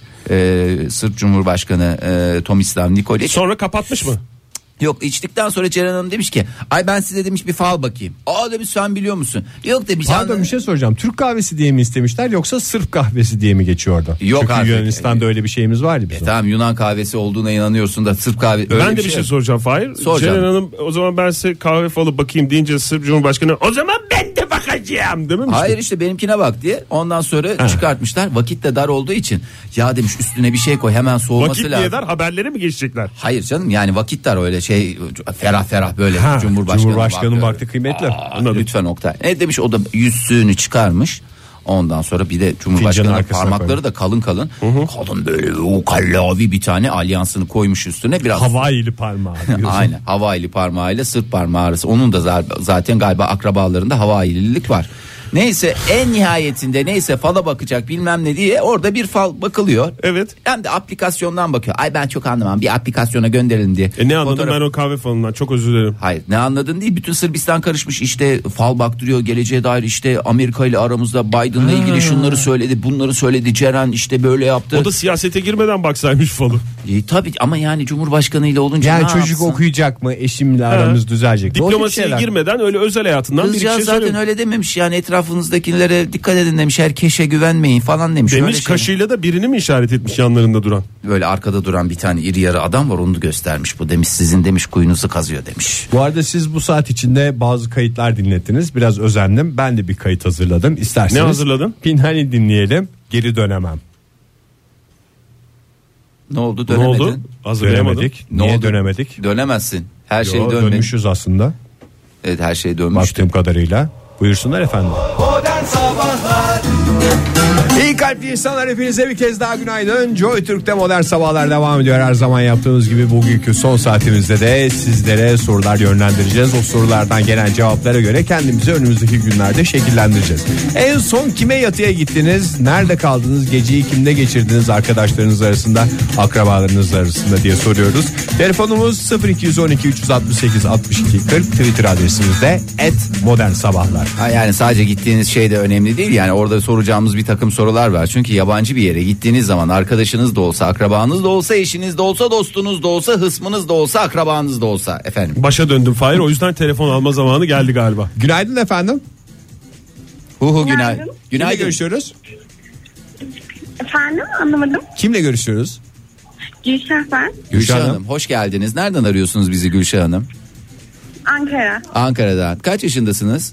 Sırp Cumhurbaşkanı Tomislav Nikolić. Sonra kapatmış mı? Yok içtikten sonra Ceren Hanım demiş ki ay ben size demiş bir fal bakayım. Aa demiş sen biliyor musun? Yok demiş. Pardon bir şey soracağım. Türk kahvesi diye mi istemişler yoksa Sırp kahvesi diye mi geçiyor orada? Yok Çünkü artık. Yunanistan'da öyle bir şeyimiz var ya bizim. Tamam Yunan kahvesi olduğuna inanıyorsun da Sırp kahve öyle Ben de bir şey soracağım Fahir. Soracağım. Ceren Hanım o zaman ben size kahve falı bakayım deyince Sırp Cumhurbaşkanı o zaman ben de bakacağım dememiş mi? Hayır işte benimkine bak diye. Ondan sonra çıkartmışlar. Vakit de dar olduğu için. Ya demiş üstüne bir şey koy hemen soğuması Vakit lazım. niye dar haberlere mi geçecekler? Hayır canım yani vakit dar öyle şey ferah böyle Ha, Cumhurbaşkanı vakti kıymetli. Lütfen Oktay. Ne demiş o da yüzüğünü çıkarmış. Ondan sonra bir de Cumhurbaşkanı'nın arkasına parmakları koymuş. da kalın. Kalın böyle o kallavi bir tane alyansını koymuş üstüne biraz. Havaili parmağı diyorsun. Aynen Havaili parmağıyla Sırp parmağı arası. Onun da zaten galiba akrabalarında Havaililik var. Neyse en nihayetinde neyse fala bakacak bilmem ne diye orada bir fal bakılıyor. Evet. Hem de aplikasyondan bakıyor. Ay ben çok anlamam bir aplikasyona gönderelim diye. Ne anladım Fotoğraf- ben o kahve falından çok özür dilerim. Hayır ne anladın değil bütün Sırbistan karışmış işte fal baktırıyor geleceğe dair işte Amerika ile aramızda Biden'la ilgili şunları söyledi bunları söyledi Ceren işte böyle yaptı. O da siyasete girmeden baksaymış falı. Tabii ama yani Cumhurbaşkanı ile olunca Yani ne çocuk yapsın? okuyacak mı? Eşimle aramız düzelecek mi? O tip Diplomasiye şeyler. girmeden öyle özel hayatından bir Kızcağız şey zaten söylüyor. öyle dememiş yani etrafınızdakilere dikkat edin demiş herkese güvenmeyin falan demiş. Öyle Demiş şey. kaşıyla da birini mi işaret etmiş yanlarında duran? Böyle arkada duran bir tane iri yarı adam var onu göstermiş bu demiş sizin demiş kuyunuzu kazıyor demiş. Bu arada siz bu saat içinde bazı kayıtlar dinlettiniz. Biraz özendim. Ben de bir kayıt hazırladım. İsterseniz. Ne hazırladın? Pinhani dinleyelim. Geri dönemem. Ne oldu Ne dönemedin? oldu? Hazırlayamadım. Dönemedik. Ne Niye oldu? dönemedik? Dönemezsin. Her şey Yo, dönmedi. dönmüşüz aslında. Evet her şey dönmüştü. Baktığım kadarıyla. Buyursunlar efendim. Modern Sabahlar İyi kalpli insanlar hepinize bir kez daha günaydın. Joy Türk'te modern sabahlar devam ediyor. Her zaman yaptığımız gibi bugünkü son saatimizde de sizlere sorular yönlendireceğiz. O sorulardan gelen cevaplara göre kendimizi önümüzdeki günlerde şekillendireceğiz. En son kime yatıya gittiniz? Nerede kaldınız? Geceyi kimde geçirdiniz? Arkadaşlarınız arasında, akrabalarınız arasında diye soruyoruz. Telefonumuz 0212 368 62 40. Twitter adresimizde @modernsabahlar. Ha, yani sadece gittiğiniz şey de önemli değil yani orada soracağımız bir takım sorular var. Çünkü yabancı bir yere gittiğiniz zaman arkadaşınız da olsa, akrabanız da olsa, eşiniz de olsa, dostunuz da olsa, hısmınız da olsa, akrabanız da olsa efendim. Başa döndüm Fahir o yüzden telefon alma zamanı geldi galiba. Günaydın efendim. Günaydın. Kimle Günaydın. görüşüyoruz? Efendim anlamadım. Kimle görüşüyoruz? Gülşah ben. Gülşah Hanım. Hanım hoş geldiniz. Nereden arıyorsunuz bizi Gülşah Hanım? Ankara. Ankara'dan. Kaç yaşındasınız?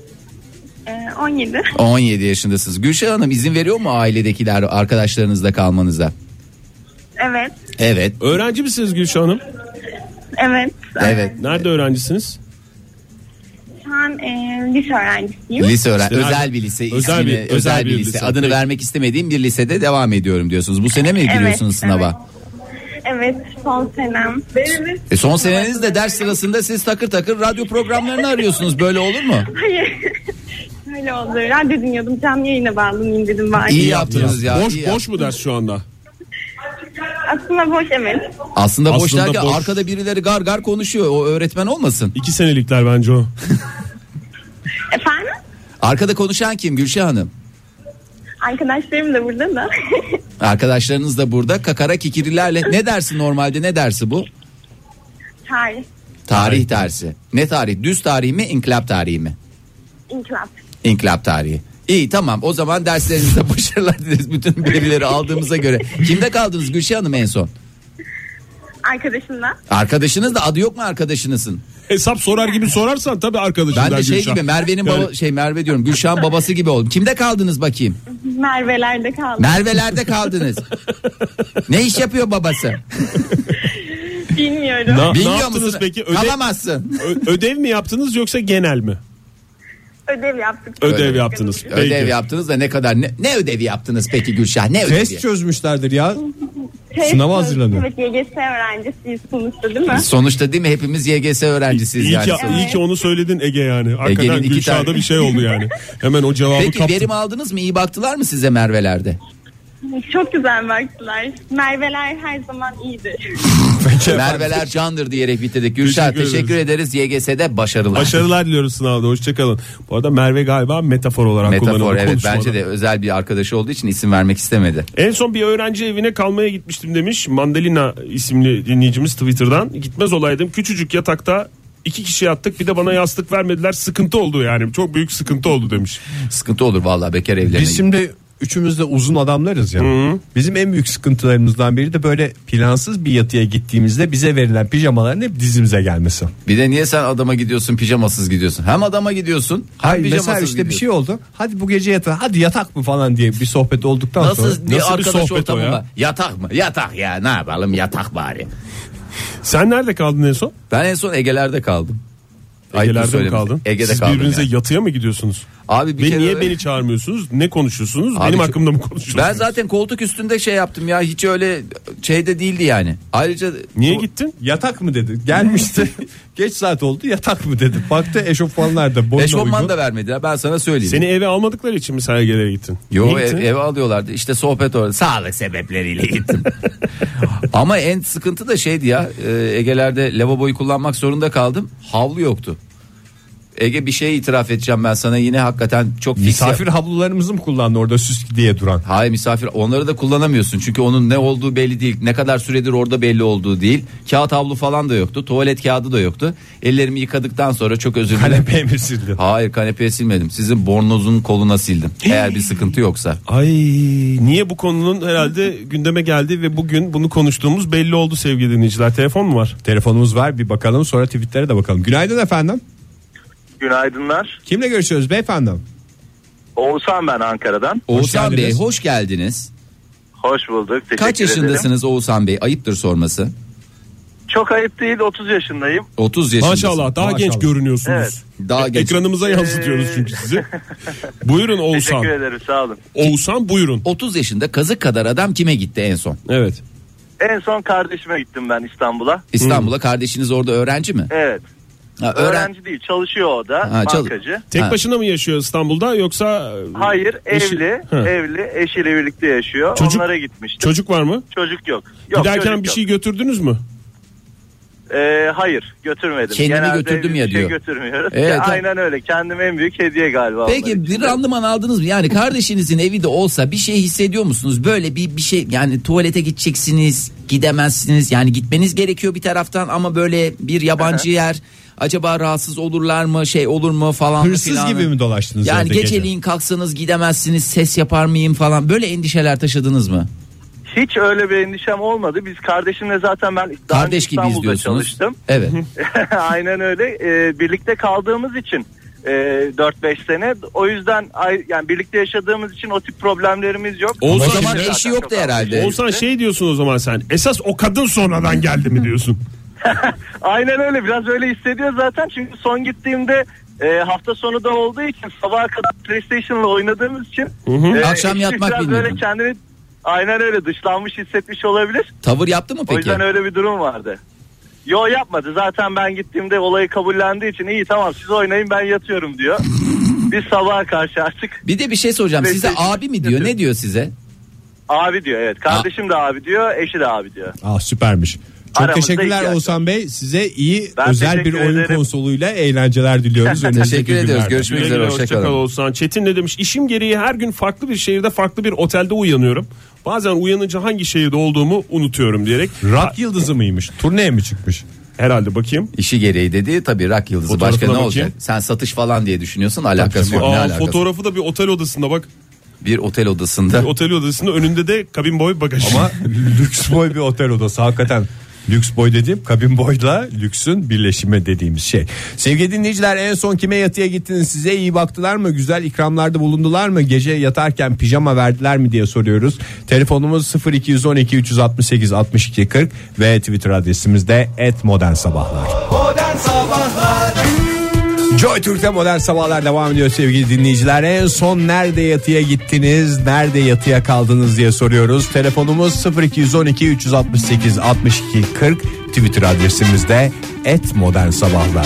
17. 17 yaşındasınız. Gülşah Hanım izin veriyor mu ailedekiler arkadaşlarınızla kalmanıza? Evet. Evet. Öğrenci misiniz Gülşah Hanım? Evet. Evet. Nerede öğrencisiniz? Şu an lise öğrencisiyim. Lise öğren İşte özel bir lise özel ismini, bir- özel bir lise. lise. Adını Peki. vermek istemediğim bir lisede devam ediyorum diyorsunuz. Bu sene mi giriyorsunuz sınava? Evet son senem. Son senenizde ders sırasında siz takır takır radyo programlarını arıyorsunuz. Böyle olur mu? Hayır. Öyle oldu. Radyo dinliyordum. Canlı yayına bağlanayım dedim bari. İyi yaptınız ya. Boş iyi boş mu ders şu anda? Aslında boş evet. Aslında boş Aslında derken boş. arkada birileri gar gar konuşuyor. O öğretmen olmasın. 2 senelikler bence o. Efendim? Arkada konuşan kim Gülşah Hanım? Arkadaşlarım da burada da. Arkadaşlarınız da burada kakara kikirilerle. Ne dersi normalde ne dersi bu? Tarih. Tarih dersi. Ne tarih? Düz tarih mi inkılap tarihi mi? İnkılap. İnkılap tarihi. İyi tamam, o zaman derslerinizde başarılar dileriz bütün verileri aldığımıza göre. Kimde kaldınız Gülşah Hanım en son? Arkadaşımla. Arkadaşınız da, adı yok mu arkadaşınızın? Hesap sorar gibi sorarsan tabii arkadaşım. Ben de şey gibi Merve'nin yani... Merve diyorum, Gülşah'ın babası gibi oldum. Kimde kaldınız bakayım? Merve'lerde kaldım. Merve'lerde kaldınız. Ne iş yapıyor babası? Bilmiyorum. Bilmiyor yaptınız musun? peki? Kalamazsın. Ödev mi yaptınız yoksa genel mi? Ödev yaptık. Ödev yaptınız. Ödev yaptınız da ne kadar ne ödevi yaptınız peki Gülşah? Ne ödevi? Test çözmüşlerdir ya. Sınava hazırlanıyor. Evet, YGS öğrencisiyiz sonuçta değil mi? Sonuçta değil mi? Hepimiz YGS öğrencisiyiz İyi yani. iyi ki onu söyledin Ege yani. Hakikaten Gülşah'da bir şey oldu yani. Hemen o cevabı Peki kaptım. verim aldınız mı? İyi baktılar mı size Merve'lerde? Çok güzel baktılar. Merve'ler her zaman iyidir. Merve'ler candır diyerek bitirdik. Gülşah teşekkür ederiz. YGS'de başarılar. Başarılar diliyoruz sınavda. Hoşçakalın. Bu arada Merve galiba metafor olarak kullanıldı. Metafor, evet, bence de özel bir arkadaşı olduğu için isim vermek istemedi. En son bir öğrenci evine kalmaya gitmiştim demiş. Mandalina isimli dinleyicimiz Twitter'dan. Gitmez olaydım. Küçücük yatakta 2 kişi yattık, bir de bana yastık vermediler. Sıkıntı oldu yani. Çok büyük sıkıntı oldu demiş. Sıkıntı olur vallahi bekar evlerine. Biz şimdi üçümüz de uzun adamlarız ya. Hı-hı. Bizim en büyük sıkıntılarımızdan biri de böyle plansız bir yatıya gittiğimizde bize verilen pijamaların hep dizimize gelmesi. Bir de niye sen adama gidiyorsun pijamasız gidiyorsun? Hem adama gidiyorsun hem hayır, pijamasız mesela işte gidiyorsun. Bir şey oldu. Hadi bu gece yatalım. Hadi yatak mı falan diye bir sohbet olduktan sonra. Nasıl bir arkadaş ortamı ya? var? Yatak mı? Yatak ya, ne yapalım, yatak bari. Sen nerede kaldın en son? Ben en son Ege'lerde kaldım. Ege'lerde mi kaldın? Ege'de Siz kaldım birbirinize yani. Yatıya mı gidiyorsunuz? Abi bir Ve kere niye beni çağırmıyorsunuz? Ne konuşuyorsunuz? Abi Benim hakkımda mı konuşuyorsunuz? Ben zaten koltuk üstünde şey yaptım ya, hiç öyle şeyde değildi yani. Ayrıca niye gittin? Yatak mı dedi. Gelmişti. Geç saat oldu, yatak mı dedi. Baktı eşofmanlarda. Eşofman da vermediler, ben sana söyleyeyim. Seni eve almadıkları için mi sen Ege'lere gittin? Yo, eve alıyorlardı. İşte sohbet orada. Sağlık sebepleriyle gittim. Ama en sıkıntı da şeydi ya. Ege'lerde lavaboyu kullanmak zorunda kaldım. Havlu yoktu. Ege, bir şey itiraf edeceğim ben sana, yine hakikaten çok misafir havlularımızı mı kullandı orada süs diye duran? Hayır, misafir onları da kullanamıyorsun çünkü onun ne olduğu belli değil, ne kadar süredir orada belli olduğu değil. Kağıt havlu falan da yoktu, tuvalet kağıdı da yoktu. Ellerimi yıkadıktan sonra çok özür dilerim. Kanepeye mi sildin? Hayır, kanepeye silmedim, sizin bornozun koluna sildim eğer bir sıkıntı yoksa. Ay, niye bu konunun herhalde gündeme geldi ve bugün bunu konuştuğumuz belli oldu sevgili dinleyiciler. Telefon mu var? Telefonumuz var, bir bakalım, sonra tweetlere de bakalım. Günaydın efendim. Günaydınlar. Kimle görüşüyoruz beyefendi? Oğuzhan ben, Ankara'dan. Oğuzhan Bey, hoş geldiniz. Hoş bulduk. Teşekkür Kaç yaşındasınız ederim. Oğuzhan Bey? Ayıptır sorması. Çok ayıp değil, 30 yaşındayım. 30 yaşındasınız. Maşallah, daha Maşallah. genç görünüyorsunuz. Evet. Daha genç. Ekranımıza yansıtıyoruz çünkü sizi. Buyurun Oğuzhan. Teşekkür ederim, sağ olun. Oğuzhan buyurun. 30 yaşında kazık kadar adam kime gitti en son? Evet. En son kardeşime gittim ben İstanbul'a. İstanbul'a. Kardeşiniz orada öğrenci mi? Evet. Ha, Öğrenci değil, çalışıyor o da, bankacı. Tek başına mı yaşıyor İstanbul'da yoksa? Hayır, evli, eşiyle birlikte yaşıyor. Onlara gitmiştim. Çocuk var mı? Çocuk yok. Giderken çocuk bir yok. şey götürdünüz mü? Hayır, götürmedim. Kendimi genelde götürdüm ya bir şey diyor. götürmüyoruz. Evet, aynen öyle. Kendim en büyük hediye galiba. Peki bir randıman aldınız mı? Yani kardeşinizin evi de olsa bir şey hissediyor musunuz? Böyle bir şey, yani tuvalete gideceksiniz, gidemezsiniz. Yani gitmeniz gerekiyor bir taraftan ama böyle bir yabancı yer. Acaba rahatsız olurlar mı, şey olur mu falan. Hırsız filan. gibi mi dolaştınız? Yani gece? geceliğin kalksanız gidemezsiniz, ses yapar mıyım falan, böyle endişeler taşıdınız mı? Hiç öyle bir endişem olmadı. Biz kardeşimle zaten ben daha kardeş gibi İstanbul'da izliyorsunuz. çalıştım. Evet. Aynen öyle. Birlikte kaldığımız için 4-5 sene. O yüzden yani birlikte yaşadığımız için o tip problemlerimiz yok. O zaman eşi yoktu herhalde. Olsan şey diyorsun o zaman sen. Esas o kadın sonradan geldi mi diyorsun? Aynen öyle. Biraz öyle hissediyor zaten. Çünkü son gittiğimde hafta sonu da olduğu için sabaha kadar PlayStation'la oynadığımız için akşam yatmak bilmiyordun. Böyle kendini aynen öyle dışlanmış hissetmiş olabilir. Tavır yaptı mı peki? O yüzden öyle bir durum vardı. Yo, yapmadı. Zaten ben gittiğimde olayı kabullendiği için iyi tamam siz oynayın ben yatıyorum diyor. Biz sabaha karşı artık. Bir de bir şey soracağım. Size abi mi diyor? Ne diyor size? Abi diyor, evet. Kardeşim de abi diyor, eşi de abi diyor. Süpermiş. Çok Aramızda teşekkürler Oğuzhan Bey. Size iyi özel bir oyun ederim. konsoluyla eğlenceler diliyoruz. Teşekkür ediyoruz. Görüşmek üzere. Hoşçakal Oğuzhan. Çetin ne demiş? İşim gereği her gün farklı bir şehirde, farklı bir otelde uyanıyorum. Bazen uyanınca hangi şehirde olduğumu unutuyorum diyerek. Rock yıldızı mıymış? Turneye mi çıkmış? Herhalde bakayım. İşi gereği dedi tabii, rock yıldızı. Fotoğrafına Başka ne bakayım. olacak? Sen satış falan diye düşünüyorsun, alakası yok. Ne alakası? Fotoğrafı da bir otel odasında bak. Bir otel odasında. Bir otel odasında, önünde de kabin boy bagaj. Ama lüks boy bir otel odası hakikaten. Lüks boy dediğim kabin boyla lüksün birleşimi dediğimiz şey. Sevgili dinleyiciler, en son kime yatıya gittiniz? Size iyi baktılar mı? Güzel ikramlarda bulundular mı? Gece yatarken pijama verdiler mi diye soruyoruz. Telefonumuz 0212 368 62 40 ve Twitter adresimizde @modernsabahlar. Modern Sabahlar. Joy Türk'te Modern Sabahlar devam ediyor sevgili dinleyiciler. En son nerede yatıya gittiniz, nerede yatıya kaldınız diye soruyoruz. Telefonumuz 0212 368 62 40, Twitter adresimizde @modernsabahlar.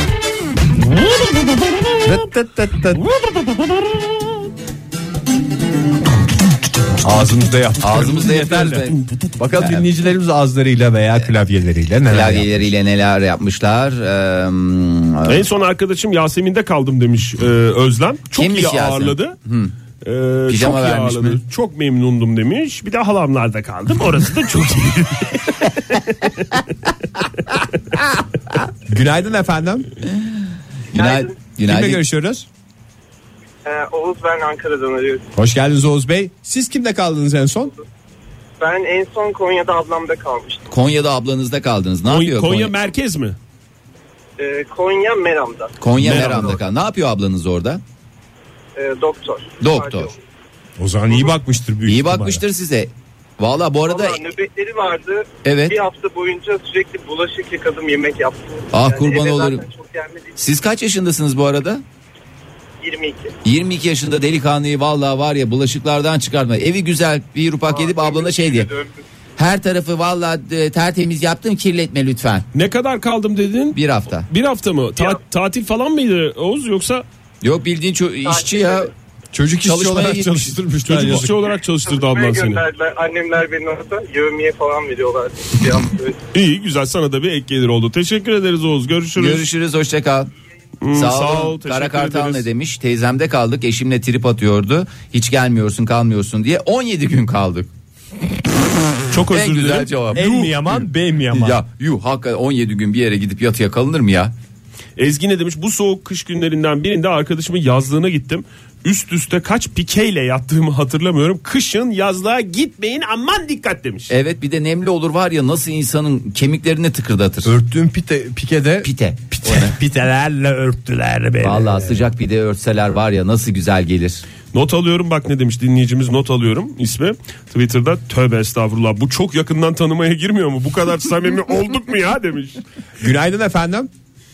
Ağzımızda yaptık. Ağzımızda yeterli. Bakalım dinleyicilerimiz ağızlarıyla veya klavyeleriyle neler yapmışlar. En son arkadaşım Yasemin'de kaldım demiş Özlem. Çok Kimmiş iyi ağırladı. Pijama çok iyi vermiş ağırladı. mi? Çok memnundum demiş. Bir de halamlarda kaldım. Orası da çok iyi. Günaydın efendim. Günaydın. Kimle görüşüyoruz? Oğuz, ben Ankara'dan arıyorum. Hoş geldiniz Oğuz Bey. Siz kimde kaldınız en son? Ben en son Konya'da ablamda kalmıştım. Konya'da ablanızda kaldınız. Ne yapıyor Konya merkez mi? Konya Meram'da. Konya Meram'da kal. Ne yapıyor ablanız orada? Doktor. Doktor. O zaman iyi bakmıştır büyük İyi ihtimalle. bakmıştır size. Valla bu arada nöbetleri vardı. Evet. Bir hafta boyunca sürekli bulaşık yıkadım, yemek yaptım. Kurban eve olurum. zaten çok gelmediğim. Siz kaç yaşındasınız bu arada? 22. 22 yaşında delikanlıyı valla var ya bulaşıklardan çıkartma. Evi güzel bir ufak edip ablana şey diye. Her tarafı valla tertemiz yaptım, kirletme lütfen. Ne kadar kaldım dedin? Bir hafta. Bir hafta mı? Tatil falan mıydı Oğuz, yoksa? Yok, bildiğin işçi ya. Çocuk işçi Çalışmaya olarak gitmiş. çalıştırmışlar. Çocuk işçi olarak çalıştırdı ablan seni. Annemler beni orada yevmiye falan veriyorlar. İyi, güzel, sana da bir ek gelir oldu. Teşekkür ederiz Oğuz. Görüşürüz, hoşça kal. Sağ ol. Kara Kartal ne demiş? Teyzemde kaldık, eşimle trip atıyordu. Hiç gelmiyorsun kalmıyorsun diye 17 gün kaldık. Çok özür dilerim. En güzel cevap. El mi yaman, bey mi yaman? Ya hakikaten 17 gün bir yere gidip yatıya kalınır mı ya? Ezgi ne demiş? Bu soğuk kış günlerinden birinde arkadaşımın yazlığına gittim. Üst üste kaç pikeyle yattığımı hatırlamıyorum. Kışın yazlığa gitmeyin, aman dikkat demiş. Evet, bir de nemli olur var ya, nasıl insanın kemiklerini tıkırdatır. Örttüğüm pikede pitelerle örttüler beni. Vallahi sıcak pide örtseler var ya nasıl güzel gelir. Not alıyorum, bak ne demiş dinleyicimiz, not alıyorum ismi. Twitter'da tövbe estağfurullah, bu çok yakından tanımaya girmiyor mu? Bu kadar samimi olduk mu ya demiş. Günaydın efendim.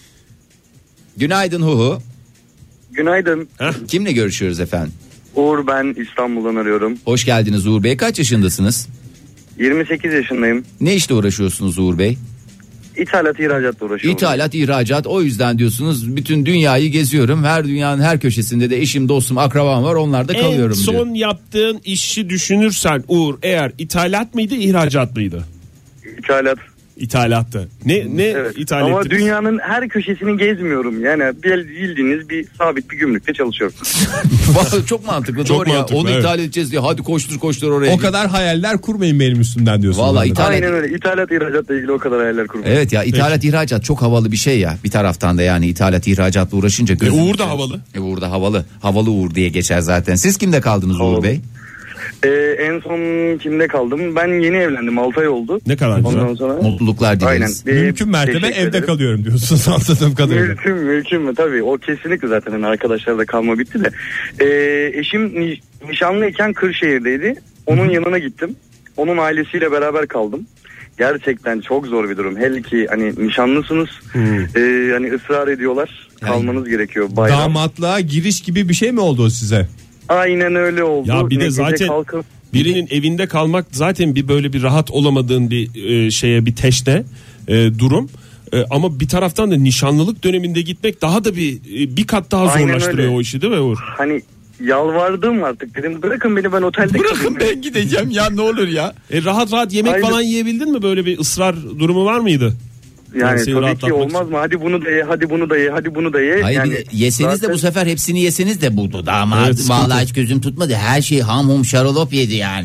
Günaydın Huhu. Günaydın. Kimle görüşüyoruz efendim? Uğur, ben İstanbul'dan arıyorum. Hoş geldiniz Uğur Bey. Kaç yaşındasınız? 28 yaşındayım. Ne işle uğraşıyorsunuz Uğur Bey? İthalat ihracatla uğraşıyorum. İthalat ihracat, o yüzden diyorsunuz bütün dünyayı geziyorum. Her dünyanın her köşesinde de eşim, dostum, akrabam var, onlarda kalıyorum En son diyor. yaptığın işi düşünürsen Uğur, eğer ithalat mıydı ihracat mıydı? İthalat. İthalattı. Ne Evet. ithal Ama ettiniz? dünyanın her köşesini gezmiyorum. Yani bildiğiniz bir sabit bir gümrükte çalışıyorum. Vallahi çok mantıklı. Çok Doğru mantıklı, ya. Onu evet. ithal edeceğiz diye. Hadi koştur oraya. O kadar hayaller kurmayın benim üstümden diyorsun. Vallahi ithalat. Aynen öyle. İthalat ihracatla ilgili o kadar hayaller kurmuyorum. Evet ya, ithalat ihracat çok havalı bir şey ya. Bir taraftan da yani ithalat ihracatla uğraşınca. Uğur da havalı. Uğur da havalı. Havalı Uğur diye geçer zaten. Siz kimde kaldınız Uğur Bey? En son kimde kaldım? Ben yeni evlendim. 6 ay oldu. Ne kadar güzel. Ondan sonra... Mutluluklar dileriz. Aynen. Mümkün mertebe Teşekkür evde ederim. kalıyorum diyorsunuz anladığım kadarıyla. Mümkün mü? Tabii. O kesinlikle zaten hani arkadaşlarla kalma bitti de. Eşim nişanlıyken Kırşehir'deydi. Onun yanına gittim. Onun ailesiyle beraber kaldım. Gerçekten çok zor bir durum. Hele ki hani nişanlısınız. Hani ısrar ediyorlar. Kalmanız gerekiyor. Bayram. Damatlığa giriş gibi bir şey mi oldu o size? Aynen öyle oldu. Ya bir de Gece zaten kalkıp... birinin evinde kalmak zaten bir böyle bir rahat olamadığın bir bir teşne durum. Ama bir taraftan da nişanlılık döneminde gitmek daha da bir kat daha Aynen zorlaştırıyor öyle. o işi, değil mi Uğur? Hani yalvardım artık, dedim bırakın beni, ben otelde Bırakın ben gideceğim ya, ne olur ya. Rahat yemek Aynen. falan yiyebildin mi? Böyle bir ısrar durumu var mıydı? Yani seni tabii ki rahatlatmak olmaz mı? Hadi bunu da ye, hadi bunu da ye, hadi bunu da ye. Hayır Yani bir de yeseniz zaten... de bu sefer hepsini yeseniz de buldu. Damat Evet, vallahi hiç gözüm tutmadı. Her şeyi ham hum şarolop yedi yani.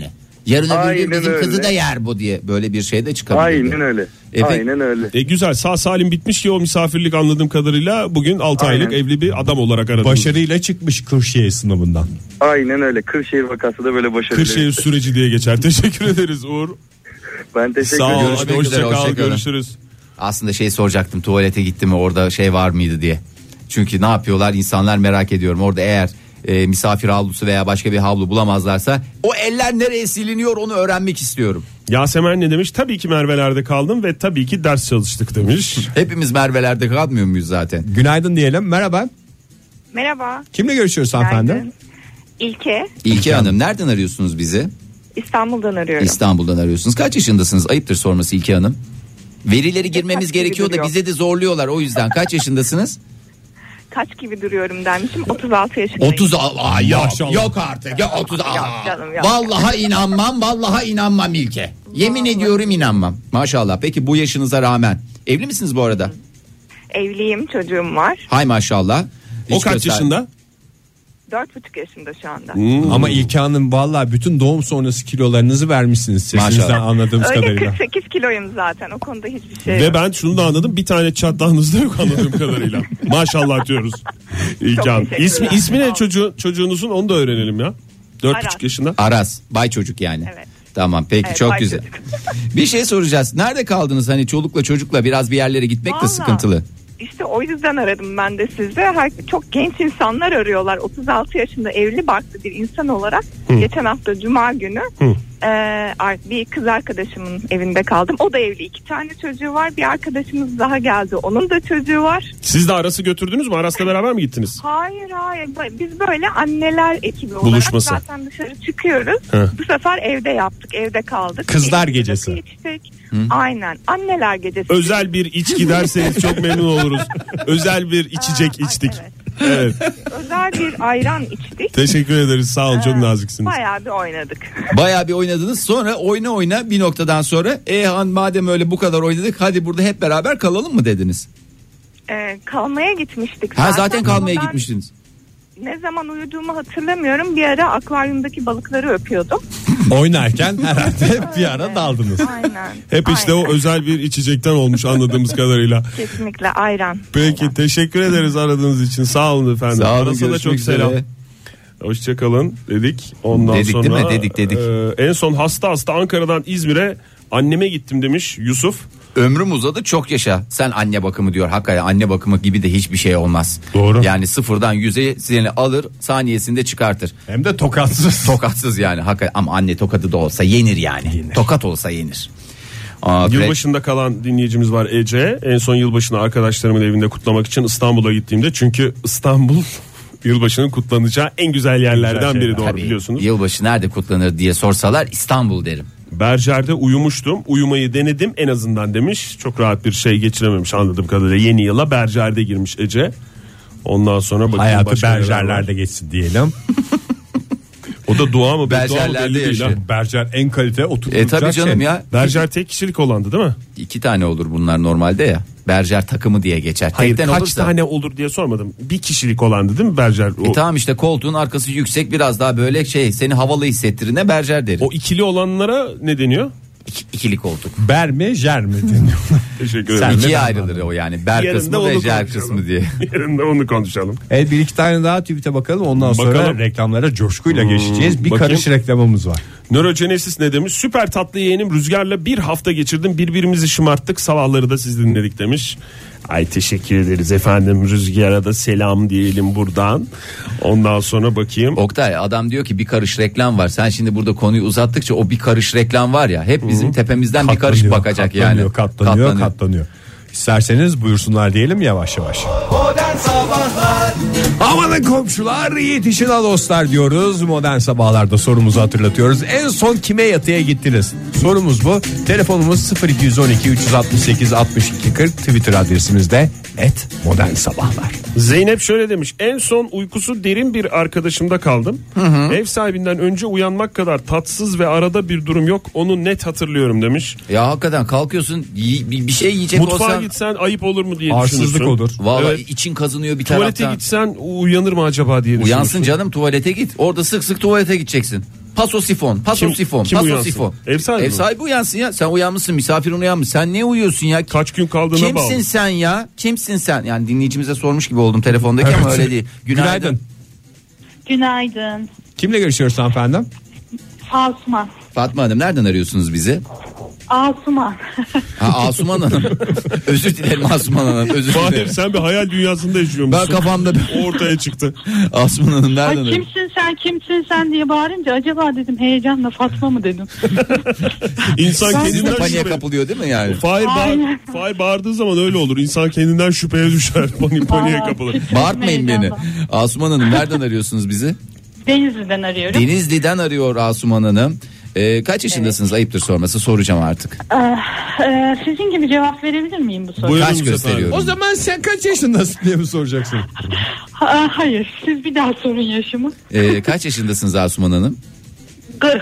Yarın öbür gün Aynen bizim kızı öyle. da yer bu diye böyle bir şey de çıkabilir. Aynen öyle. Aynen öyle. Güzel, sağ salim bitmiş ki o misafirlik anladığım kadarıyla bugün 6 Aynen. aylık evli bir adam olarak aradınız. Başarıyla çıkmış Kırşehir sınavından. Aynen öyle. Kırşehir vakası da böyle başarılı. Kırşehir süreci diye geçer. Teşekkür ederiz Uğur. Ben teşekkür Sağ ol. ederim. Hadi hoşça kal. Görüşürüz. Aslında soracaktım, tuvalete gitti mi orada var mıydı diye. Çünkü ne yapıyorlar insanlar, merak ediyorum. Orada eğer misafir havlusu veya başka bir havlu bulamazlarsa o eller nereye siliniyor onu öğrenmek istiyorum. Yasemen ne demiş? Tabii ki Merve'lerde kaldım ve tabii ki ders çalıştık demiş. Hepimiz Merve'lerde kalmıyor muyuz zaten? Günaydın diyelim. Merhaba. Merhaba. Kimle görüşüyoruz hanımefendi? İlke. Hanım, nereden arıyorsunuz bizi? İstanbul'dan arıyorum. İstanbul'dan arıyorsunuz. Kaç yaşındasınız? Ayıptır sorması İlke Hanım. Verileri girmemiz gerekiyor da bize de zorluyorlar, o yüzden. Kaç yaşındasınız? Kaç gibi duruyorum dermişim. 36 yaşındayım. 30 yok artık. Ya 30. Yok canım, yok. Vallahi inanmam İlke. Yemin ediyorum inanmam. Maşallah. Peki bu yaşınıza rağmen evli misiniz bu arada? Evliyim, çocuğum var. Hay maşallah. O kaç yaşında? 4,5 yaşında şu anda. Ama İlke Hanım valla bütün doğum sonrası kilolarınızı vermişsiniz sesinizden Maşallah. Anladığımız Öyle kadarıyla. 48 kiloyum zaten, o konuda hiçbir şey Ve yok. ben şunu da anladım, bir tane çatlağınız da yok anladığım kadarıyla. Maşallah diyoruz. İlke Hanım. teşekkürler. İsmi ne çocuğunuzun, onu da öğrenelim ya. 4,5 Aras. yaşında. Aras. Bay çocuk yani. Evet. Tamam peki, Evet, çok bay güzel. çocuk. Bir şey soracağız. Nerede kaldınız? Hani çolukla çocukla biraz bir yerlere gitmek de Vallahi. sıkıntılı. İşte o yüzden aradım ben de sizi. Çok genç insanlar arıyorlar. 36 yaşında evli barklı bir insan olarak. Geçen hafta Cuma günü bir kız arkadaşımın evinde kaldım. O da evli, 2 tane çocuğu var. Bir arkadaşımız daha geldi, onun da çocuğu var. Siz de Aras'ı götürdünüz mü? Aras'la beraber mi gittiniz? Hayır. Biz böyle anneler ekibi olarak Buluşması. zaten dışarı çıkıyoruz. Bu sefer evde yaptık, evde kaldık. Kızlar Evde gecesi. içtik. Aynen, anneler gecesi. Özel bir içki derseniz çok memnun oluruz. Özel bir içecek içtik. Evet. Özel bir ayran içtik. Teşekkür ederiz. Sağ olun. Çok naziksiniz. Bayağı bir oynadık. Bayağı bir oynadınız. Sonra oyna bir noktadan sonra madem öyle bu kadar oynadık, hadi burada hep beraber kalalım mı dediniz? Kalmaya gitmiştik. Zaten kalmaya Ama ben gitmiştiniz. ne zaman uyuduğumu hatırlamıyorum. Bir ara akvaryumdaki balıkları öpüyordum. Oynarken herhalde bir ara daldınız. Aynen. Hep işte o özel bir içecekten olmuş anladığımız kadarıyla. Kesinlikle ayran. Peki, Ayran. teşekkür ederiz aradığınız için. Sağ olun efendim. Sağ olun, Aras'a da çok görüşmek selam. üzere. Hoşçakalın dedik. Ondan Dedik, sonra değil mi? Dedik. En son hasta Ankara'dan İzmir'e anneme gittim demiş Yusuf. Ömrüm uzadı, çok yaşa. Sen anne bakımı diyor. Hakikaten anne bakımı gibi de hiçbir şey olmaz. Doğru. Yani sıfırdan 100'e seni alır, saniyesinde çıkartır. Hem de tokatsız. Tokatsız yani. Hakikaten, ama anne tokadı da olsa yenir yani. Tokat olsa yenir. Yılbaşında kalan dinleyicimiz var Ece. En son yılbaşını arkadaşlarımın evinde kutlamak için İstanbul'a gittiğimde, çünkü İstanbul yılbaşının kutlanacağı en güzel yerlerden biri, doğru Tabii, biliyorsunuz. yılbaşı nerede kutlanır diye sorsalar İstanbul derim. Berjer'de uyumuştum. Uyumayı denedim en azından demiş. Çok rahat bir şey geçirememiş anladığım kadarıyla. Yeni yıla Berjer'de girmiş Ece. Ondan sonra bakayım, Hayatı başka neler var. berjerlerde geçsin diyelim. O da dua mı? Berjerlerde Belli değil yaşıyor. ha. Berjer en kalite oturtulacak Tabii canım ya. Berjer tek kişilik olandı değil mi? 2 tane olur bunlar normalde ya. Berjer takımı diye geçer. Hayır, Tekten kaç olursa... tane olur diye sormadım. Bir kişilik olandı değil mi Berjer? Tamam işte, koltuğun arkası yüksek, biraz daha böyle seni havalı hissettirine berjer deriz. O ikili olanlara ne deniyor? İkili koltuk. Ber mi jer mi deniyor. Teşekkür ederim. Sen İkiye de ayrılır o yani. Ber Yarın da kısmı onu ve jer konuşalım. kısmı diye. Yarın da onu konuşalım. Evet, bir iki tane daha tweet'e bakalım. Ondan sonra Bakalım. reklamlara coşkuyla geçeceğiz. Bir bakayım. karış reklamımız var. Nörogenesis ne demiş? Süper tatlı yeğenim Rüzgar'la bir hafta geçirdim. Birbirimizi şımarttık. Sabahları da siz dinledik demiş. Ay teşekkür ederiz efendim. Rüzgar'a da selam diyelim buradan. Ondan sonra bakayım. Oktay, adam diyor ki bir karış reklam var. Sen şimdi burada konuyu uzattıkça o bir karış reklam var ya, hep bizim tepemizden bir karış bakacak yani. Katlanıyor. İsterseniz buyursunlar diyelim yavaş yavaş. Modern Sabahlar. Amanın komşular, yetişin ha dostlar diyoruz. Modern Sabahlar'da sorumuzu hatırlatıyoruz. En son kime yatıya gittiniz? Sorumuz bu. Telefonumuz 0212 368 62 40. Twitter adresimizde @modernsabahlar. Zeynep şöyle demiş. En son uykusu derin bir arkadaşımda kaldım. Ev sahibinden önce uyanmak kadar tatsız ve arada bir durum yok. Onu net hatırlıyorum demiş. Ya hakikaten kalkıyorsun, bir şey yiyecek Mutfağa olsan gitsen ayıp olur mu diye Arsızlık düşünürsün. olur. vallahi Evet. için kazınıyor bir Tuvalete taraftan. gitsen uyanır mı acaba diye düşünürsün. Uyansın canım, tuvalete git. Orada sık sık tuvalete gideceksin. Paso sifon. Kim uyansın? Ev sahibi Ev sahibi uyansın ya. Sen uyanmışsın, misafirin uyanmış. Sen ne uyuyorsun ya? Kaç gün kaldığına bağlı. Kimsin sen ya? Kimsin sen? Yani dinleyicimize sormuş gibi oldum telefondaki ama öyle değil. Günaydın. Günaydın. Kimle görüşüyoruz hanımefendi? Asuman. Fatma Hanım, nereden arıyorsunuz bizi? Asuman. Asuman Hanım. Özür dilerim Asuman Hanım. Özür dilerim. Fahir, sen bir hayal dünyasında yaşıyormuşsun. Ben kafamda ortaya çıktı. Asuman Hanım nereden arıyorsun? Kimsin sen diye bağırınca acaba dedim heyecanla Fatma mı dedim. İnsan kendinden paniğe kapılıyor değil mi yani? Fahir bağırdığı zaman öyle olur. İnsan kendinden şüpheye düşer. Paniğe kapılır. Bağırtmayın beni. Asuman Hanım, nereden arıyorsunuz bizi? Denizli'den arıyorum. Denizli'den arıyor Asuman Hanım. Kaç yaşındasınız? Evet. Ayıptır sorması, soracağım artık. Sizin gibi cevap verebilir miyim bu soruya? Kaç gösteriyorum? O zaman sen kaç yaşındasın diye mi soracaksın? Hayır, siz bir daha sorun yaşımı. Kaç yaşındasınız Asuman Hanım? 40.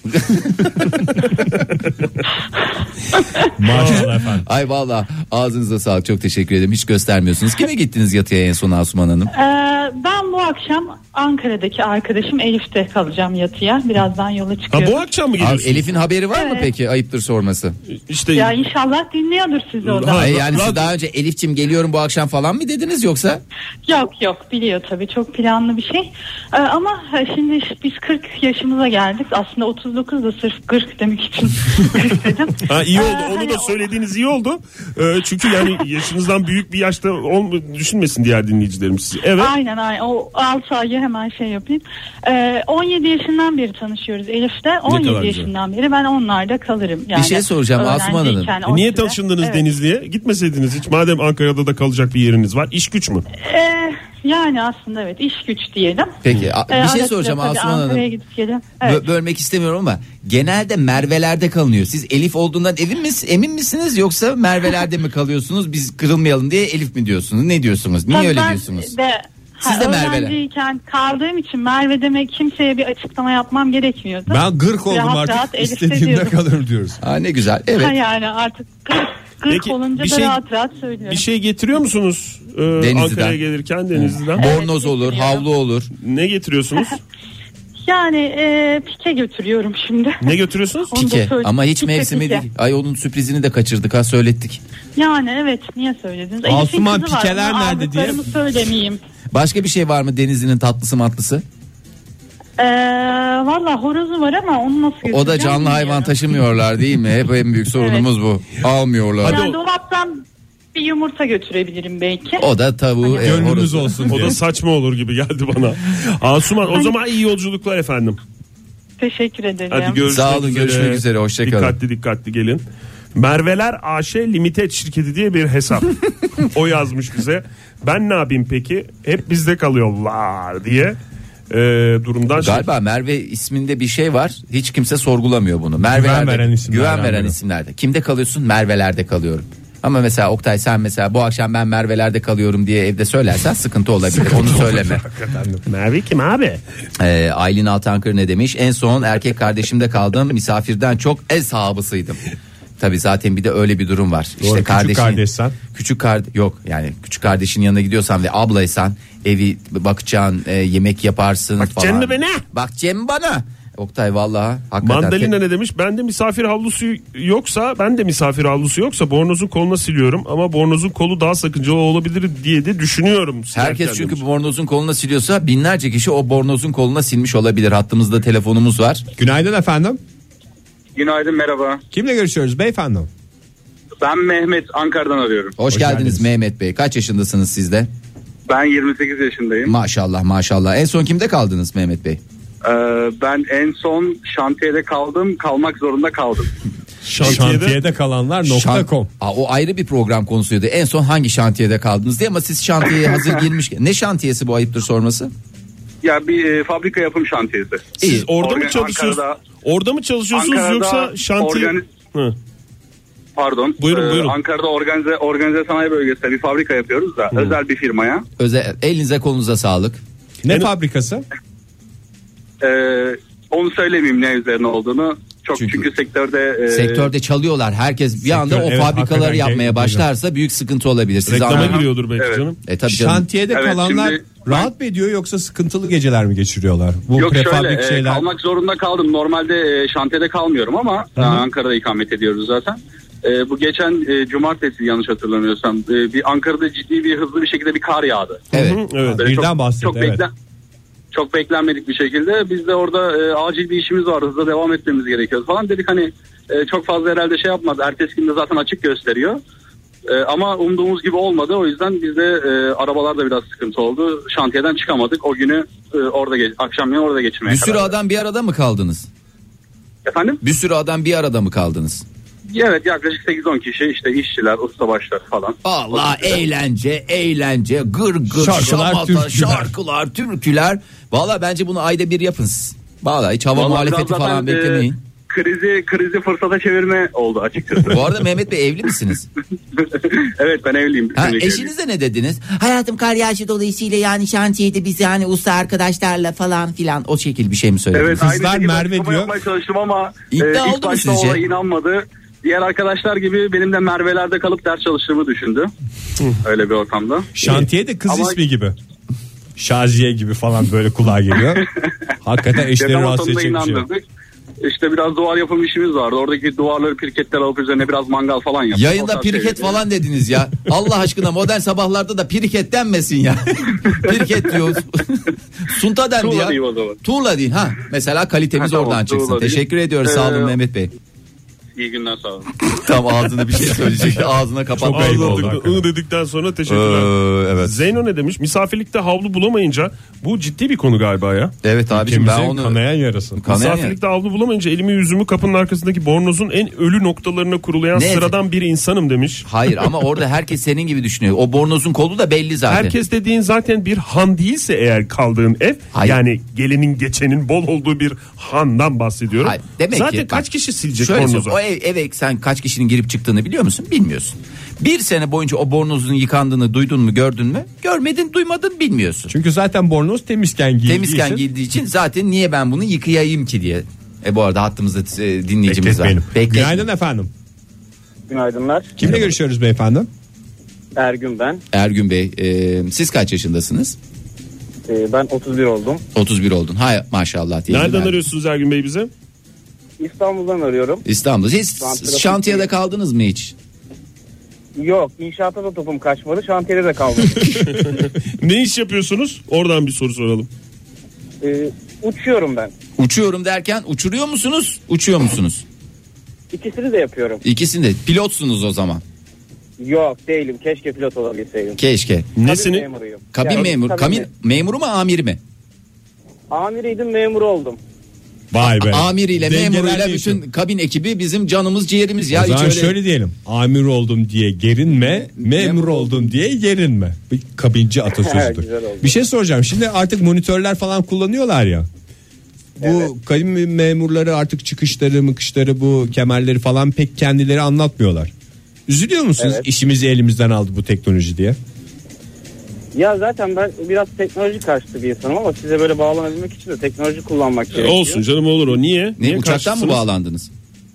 Maşallah efendim. Ay vallahi ağzınıza sağlık, çok teşekkür ederim. Hiç göstermiyorsunuz. Kime gittiniz yatıya en son Asuman Hanım? Ben bu akşam Ankara'daki arkadaşım Elif'te kalacağım yatıya. Birazdan yola çıkıyorum. Bu akşam mı gidiyorsun? Elif'in haberi var mı peki? Ayıptır sorması. İşte ya inşallah dinliyordur sizi o da. Yani siz daha önce Elif'cim geliyorum bu akşam falan mı dediniz yoksa? Yok biliyor tabii, çok planlı bir şey. Ama şimdi biz 40 yaşımıza geldik. Aslında 39 da sırf 40 demek için 40 dedim. İyi oldu. Onu da söylediğiniz iyi oldu. Çünkü yani yaşınızdan büyük bir yaşta düşünmesin diğer dinleyicilerimiz. Evet. Aynen. O 6 ayı hemen şey yapayım. 17 yaşından beri tanışıyoruz Elif'te. 17 yaşından beri ben onlarda kalırım. Yani bir şey soracağım Asuman Hanım. Niye taşındınız Denizli'ye? Gitmeseydiniz hiç, madem Ankara'da da kalacak bir yeriniz var. İş güç mü? Yani aslında evet, iş güç diyelim. Peki bir şey soracağım Asuman Hanım. Evet. Bölmek istemiyorum ama genelde Merve'lerde kalınıyor. Siz Elif olduğundan emin misiniz yoksa Merve'lerde mi kalıyorsunuz? Biz kırılmayalım diye Elif mi diyorsunuz? Ne diyorsunuz? Niye öyle diyorsunuz? Siz de Merve'ler. Öğrenciyken kaldığım için Merve demek kimseye bir açıklama yapmam gerekmiyordu. Ben 40 oldum artık, istediğimde kalırım diyoruz. Ne güzel. Evet. Yani artık 40 olunca da rahat söylüyorum. Bir şey getiriyor musunuz Ankara'ya gelirken Denizli'den? Bornoz olur, havlu olur. Ne getiriyorsunuz? Yani pike götürüyorum şimdi. Ne götürüyorsunuz? Pike ama hiç mevsimi değil. Ay onun sürprizini de kaçırdık, söylettik. Yani evet, niye söylediniz? Asuman pikeler nerede diye. Söylemeyeyim. Başka bir şey var mı Denizli'nin tatlısı matlısı? Valla horozu var ama onu nasıl götüreceğim? O da canlı hayvan taşımıyorlar değil mi? Hep en büyük sorunumuz bu. Almıyorlar. Yani dolaptan bir yumurta götürebilirim belki. O da tavuğu gönlümüz olsun diye. O da saçma olur gibi geldi bana. Asuman, o zaman iyi yolculuklar efendim. Teşekkür ederim. Hadi görüşmek Sağ olun, görüşmek üzere, hoşçakalın. Dikkatli gelin. Merveler AŞ Limited şirketi diye bir hesap. O yazmış bize. Ben ne yapayım peki? Hep bizde kalıyorlar diye. Durumdan galiba Merve isminde bir şey var. Hiç kimse sorgulamıyor bunu. Güven veren isimlerde. Kimde kalıyorsun? Merve'lerde kalıyorum. Ama mesela Oktay, sen mesela bu akşam ben Merve'lerde kalıyorum diye evde söylersen sıkıntı olabilir. Onu söyleme. Merve kim abi? Aylin Altankır ne demiş? En son erkek kardeşimde kaldım. Misafirden çok ev sahabısıydım. Tabii zaten bir de öyle bir durum var. Doğru, işte kardeşsen. Yok yani küçük kardeşin yanına gidiyorsan ve ablaysan evi bakacaksın, yemek yaparsın Bakacaksın falan. mı bana? Bakacaksın bana. Oktay vallahi hakikaten. Mandalina ne demiş? Ben de misafir havlusu yoksa bornozun koluna siliyorum ama bornozun kolu daha sakıncalı olabilir diye de düşünüyorum. Herkes çünkü bornozun koluna siliyorsa binlerce kişi o bornozun koluna silmiş olabilir. Hattımızda telefonumuz var. Günaydın efendim. Günaydın, merhaba. Kimle görüşüyoruz beyefendi? Ben Mehmet, Ankara'dan arıyorum. Hoş geldiniz Mehmet Bey. Kaç yaşındasınız siz de? Ben 28 yaşındayım. Maşallah. En son kimde kaldınız Mehmet Bey? Ben en son şantiyede kalmak zorunda kaldım. Şantiyede kalanlar.com. O ayrı bir program konusuydu. En son hangi şantiyede kaldınız diye, ama siz şantiyeye hazır girmişken. Ne şantiyesi bu, ayıptır sorması? Ya bir fabrika yapım şantiyesi. Siz orada mı çalışıyorsunuz? Orada mı çalışıyorsunuz yoksa şantiye? Pardon. Buyurun. Ankara'da organize sanayi bölgesinde bir fabrika yapıyoruz da özel bir firmaya. Elinize kolunuza sağlık. Ne fabrikası? Onu söylemeyeyim ne üzerine olduğunu. Çünkü sektörde çalıyorlar. Herkes bir anda o fabrikaları yapmaya başlarsa büyük sıkıntı olabilir. Reklama giriyordur belki canım. Tabii şantiyede kalanlar rahat mı ediyor yoksa sıkıntılı geceler mi geçiriyorlar? Bu Yok prefabrik şöyle şeyler. kalmak zorunda kaldım. Normalde şantiyede kalmıyorum ama Ankara'da ikamet ediyoruz zaten. Bu geçen cumartesi yanlış hatırlamıyorsam bir Ankara'da ciddi bir hızlı bir şekilde bir kar yağdı. Evet. Birden bahsetti. Çok beklenmedik bir şekilde biz de orada acil bir işimiz var, hızla devam etmemiz gerekiyor falan dedik, hani çok fazla herhalde şey yapmaz, ertesi günde zaten açık gösteriyor ama umduğumuz gibi olmadı, o yüzden bizde arabalarda biraz sıkıntı oldu, şantiyeden çıkamadık o günü, akşamleyin orada geçirmeye Bir sürü adam bir arada mı kaldınız? Efendim? Bir sürü adam bir arada mı kaldınız? Evet, yaklaşık 8-10 kişi, işte işçiler, ustabaşlar falan. Allah, eğlence, gır Şarkılar, şamata, şarkılar, türküler. Valla bence bunu ayda bir yapınız. Valla hiç hava muhalefeti falan beklemeyin. Krizi fırsata çevirme oldu açıkçası. Bu arada Mehmet Bey, evli misiniz? Evet, ben evliyim. Eşinize ne dediniz? Hayatım, kar yağışı dolayısıyla yani şantiyede biz yani usta arkadaşlarla falan filan, o şekil bir şey mi söylediniz? Evet, kızlar Merve diyor. Yapmaya çalıştım ama İddia ilk oldu mu başta sizce? o inanmadı. Diğer arkadaşlar gibi benim de Merve'lerde kalıp ders çalıştığımı düşündü. Öyle bir ortamda. Şantiye de kız ismi gibi. Şaziye gibi falan böyle kulağa geliyor. Hakikaten eşleri rahatsız edecek bir şey. İşte biraz duvar yapım işimiz vardı. Oradaki duvarları pirketler alıp üzerine biraz mangal falan yaptık. Yayında pirket falan dediniz ya. Allah aşkına, modern sabahlarda da pirket denmesin ya. Pirket diyoruz. Sunta dendi ya. Tuğla değil ha. Mesela kalitemiz oradan çıksın. Teşekkür ediyoruz. Sağ olun Mehmet Bey. İyi günler, sağ olun. Tam ağzına bir şey söyleyecekti. Ağzına kapatma. Çok dedikten sonra teşekkürler. Evet. Zeyno ne demiş? Misafirlikte havlu bulamayınca, bu ciddi bir konu galiba ya. Evet abiciğim, ben onu... Kanayan yarası. Misafirlikte havlu bulamayınca elimi yüzümü kapının arkasındaki bornozun en ölü noktalarına kurulayan sıradan bir insanım demiş. Hayır ama orada herkes senin gibi düşünüyor. O bornozun kolu da belli zaten. Herkes dediğin zaten bir han değilse eğer kaldığın ev. Hayır. Yani gelenin geçenin bol olduğu bir handan bahsediyorum. Hayır, demek zaten ki, kaç kişi silecek şöyle bornozu? O eve sen kaç kişinin girip çıktığını biliyor musun? Bilmiyorsun. Bir sene boyunca o bornozun yıkandığını duydun mu, gördün mü? Görmedin, duymadın, bilmiyorsun. Çünkü zaten bornoz temizken giydiği için zaten niye ben bunu yıkayayım ki diye. Bu arada hattımızda dinleyicimiz var. Günaydın efendim. Günaydınlar. Kimle görüşüyoruz beyefendi? Ergün ben. Ergün Bey, siz kaç yaşındasınız? Ben 31 oldum. 31 oldun. Hay maşallah diyelim. Nereden arıyorsunuz Ergün Bey bize? İstanbul'dan arıyorum. İstanbul. Siz şantiyede kaldınız mı hiç? Yok, inşaatta da topum kaçmadı, şantiyede de kaldım. Ne iş yapıyorsunuz? Oradan bir soru soralım. Uçuyorum ben. Uçuyorum derken uçuruyor musunuz? Uçuyor musunuz? İkisini de yapıyorum. İkisini de. Pilotsunuz o zaman. Yok, değilim. Keşke pilot olabilseydim. Keşke. Nesini? Kabin memuruyum. Kabin memuru. Kabin memuru mu, amiri mi? Amiriydim, memur oldum. Vay be. Amiriyle, memuruyla bütün kabin ekibi bizim canımız ciğerimiz ya. O zaman şöyle diyelim. Amir oldum diye gerinme, memur oldum diye yerinme. Bir kabinci atasözüdür. Bir şey soracağım. Şimdi artık monitörler falan kullanıyorlar ya. Bu kabin memurları artık çıkışları, bu kemerleri falan pek kendileri anlatmıyorlar. Üzülüyor musunuz? Evet. İşimizi elimizden aldı bu teknoloji diye. Ya zaten ben biraz teknoloji karşıtı bir insanım ama size böyle bağlanabilmek için de teknoloji kullanmak gerekiyor. Olsun canım, olur o. Niye? Niye uçaktan mı bağlandınız?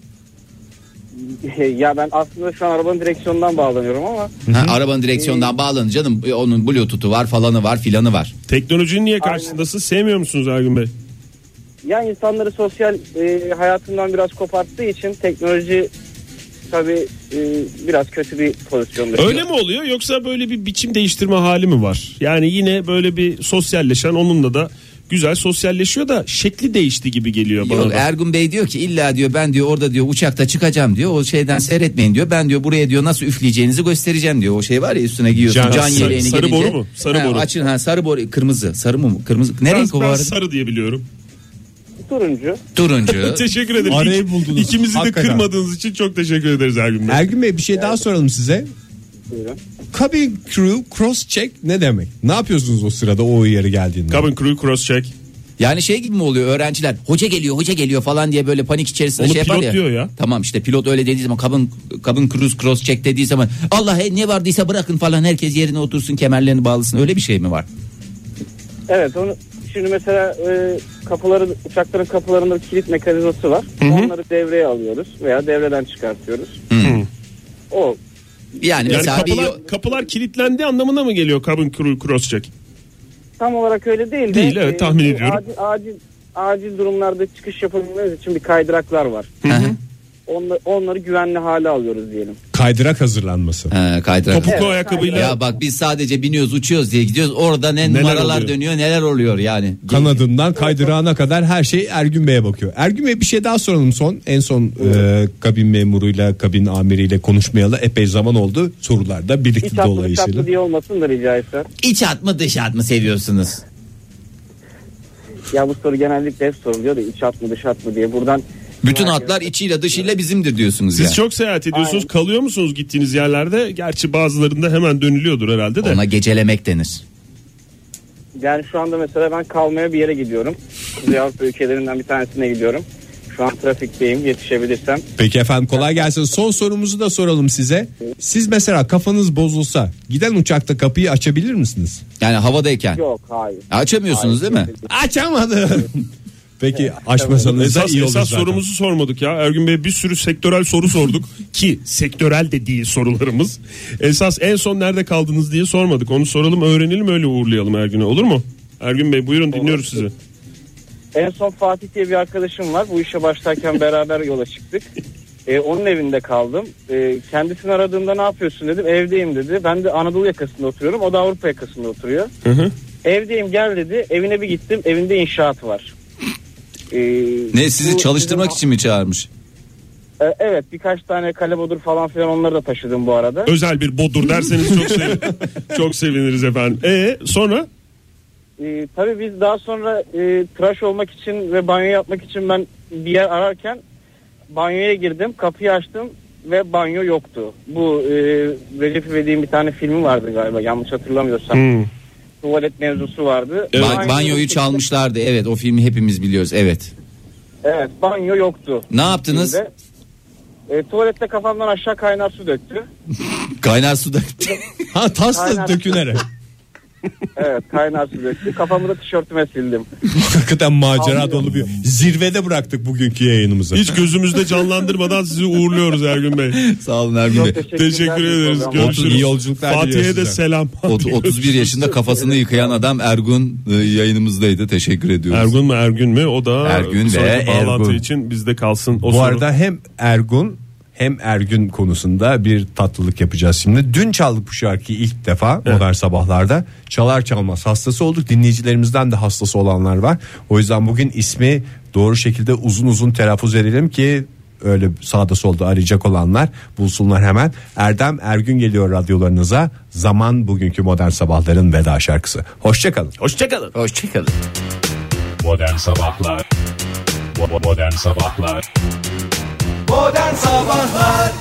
Ya ben aslında şu an arabanın direksiyonundan bağlanıyorum ama. Arabanın direksiyondan bağlanın canım. Onun bluetooth'u var, falanı var, filanı var. Teknolojinin niye karşısındasın? Sevmiyor musunuz Ergün Bey? Ya insanları sosyal hayatından biraz koparttığı için teknoloji tabii biraz kötü bir pozisyonda. Öyle mi oluyor, yoksa böyle bir biçim değiştirme hali mi var? Yani yine böyle bir sosyalleşen, onunla da güzel sosyalleşiyor da şekli değişti gibi geliyor bana. Yok, Ergun Bey diyor ki illa diyor ben diyor orada diyor uçakta çıkacağım diyor, o şeyden seyretmeyin diyor, ben diyor buraya diyor nasıl üfleyeceğinizi göstereceğim diyor, o şey var ya üstüne giyiyorsun can yeleğini sarı gelince. Boru mu? Sarı boru. Açın sarı boru, kırmızı, sarı mı? Kırmızı. Ne renk o var? Sarı diye biliyorum. Turuncu. Teşekkür ederim. Arayı buldunuz. İkimizi de hakikaten kırmadığınız için çok teşekkür ederiz Ergün Bey. Ergün Bey bir şey daha soralım size. Buyurun. Cabin crew cross check ne demek? Ne yapıyorsunuz o sırada o yere geldiğinde? Cabin crew cross check. Yani şey gibi mi oluyor, öğrenciler hoca geliyor falan diye böyle panik içerisinde onu şey yapar ya. Pilot diyor ya. Tamam işte pilot öyle dediği zaman cabin crew cross check dediği zaman Allah ne vardıysa bırakın falan, herkes yerine otursun, kemerlerini bağlasın, öyle bir şey mi var? Evet, onu şimdi mesela uçakların kapılarında kilit mekanizması var. Hı-hı. Onları devreye alıyoruz veya devreden çıkartıyoruz. Hı-hı. O yani mesela kapılar kilitlendi anlamına mı geliyor cabin crew cross check? tam olarak öyle değil. Değil, evet, tahmin ediyorum. Acil durumlarda çıkış yapabilmemiz için bir kaydıraklar var. Onları güvenli hale alıyoruz diyelim. Kaydırak hazırlanması. Kaydırak. Topuklu ayakkabıyla. Ya bak biz sadece biniyoruz, uçuyoruz diye gidiyoruz. Orada ne numaralar dönüyor, neler oluyor yani. Kanadından kaydırağına kadar her şey Ergün Bey'e bakıyor. Ergün Bey, bir şey daha soralım En son kabin memuruyla, kabin amiriyle konuşmayalı epey zaman oldu. Sorular da birlikte İç hat mı, dolayısıyla. dış hat mı diye olmasın da rica etsem. İç hat mı dış hat mı seviyorsunuz? Ya bu soru genellikle hep soruluyor da iç hat mı dış hat mı diye. Buradan bütün hatlar içiyle dışıyla bizimdir diyorsunuz. Siz yani. çok seyahat ediyorsunuz. Aynen. Kalıyor musunuz gittiğiniz yerlerde? Gerçi bazılarında hemen dönülüyordur herhalde de. Ona gecelemek denir. Yani şu anda mesela ben kalmaya bir yere gidiyorum. Kuzey Avrupa ülkelerinden bir tanesine gidiyorum. Şu an trafikteyim, yetişebilirsem. Peki efendim, kolay gelsin. Son sorumuzu da soralım size. Siz mesela kafanız bozulsa giden uçakta kapıyı açabilir misiniz? Yani havadayken. Yok, hayır. Açamıyorsunuz hayır, değil mi? Açamadım. Peki açmasanız da iyi olur zaten. Esas sorumuzu sormadık ya. Ergün Bey, bir sürü sektörel soru sorduk ki sektörel de değil sorularımız. Esas en son nerede kaldınız diye sormadık. Onu soralım, öğrenelim, öyle uğurlayalım Ergün'e, olur mu? Ergün Bey buyurun, dinliyoruz sizi. En son Fatih diye bir arkadaşım var. Bu işe başlarken beraber yola çıktık. Onun evinde kaldım. Kendisini aradığımda ne yapıyorsun dedim. Evdeyim dedi. Ben de Anadolu yakasında oturuyorum. O da Avrupa yakasında oturuyor. Evdeyim gel dedi. Evine bir gittim. Evinde inşaat var. Ne, sizi çalıştırmak için mi çağırmış? Evet, birkaç tane kale bodur falan filan, onları da taşıdım bu arada. Özel bir bodur derseniz çok seviniriz efendim. Sonra? Tabii biz daha sonra tıraş olmak için ve banyo yapmak için ben bir yer ararken banyoya girdim, kapıyı açtım ve banyo yoktu. Bu Recep İvedik'in bir tane filmi vardı galiba, yanlış hatırlamıyorsam. Tuvalet mevzusu vardı. Banyoyu çalmışlardı, evet, o filmi hepimiz biliyoruz, evet. Evet, banyo yoktu. Ne yaptınız? Tuvalette kafamdan aşağı kaynar su döktü. Kaynar su döktü. Ha, tasla dökünerek. Evet, kaynar su döktü. Kafamı da tişörtüme sildim. Hakikaten macera dolu bir zirvede bıraktık bugünkü yayınımızı. Hiç gözümüzde canlandırmadan sizi uğurluyoruz Ergün Bey. Sağ olun Ergün Bey. Teşekkür ederiz. Görüşürüz. İyi yolculuklar. Fatih'e de selam. 31 yaşında kafasını yıkayan adam Ergun yayınımızdaydı. Teşekkür ediyoruz. Ergun mu Ergün mü? O da Ergün ve bağlantı için bizde kalsın. Bu arada hem Ergun hem Ergün konusunda bir tatlılık yapacağız şimdi. Dün çaldık bu şarkıyı ilk defa Modern Sabahlar'da. Çalar çalmaz hastası olduk. Dinleyicilerimizden de hastası olanlar var. O yüzden bugün ismi doğru şekilde uzun uzun telaffuz edelim ki öyle sağda solda arayacak olanlar bulsunlar hemen. Erdem Ergün geliyor radyolarınıza. Zaman bugünkü Modern Sabahlar'ın veda şarkısı. Hoşçakalın. Hoşçakalın. Hoşçakalın. Modern Sabahlar. Modern Sabahlar. Modern Sabahlar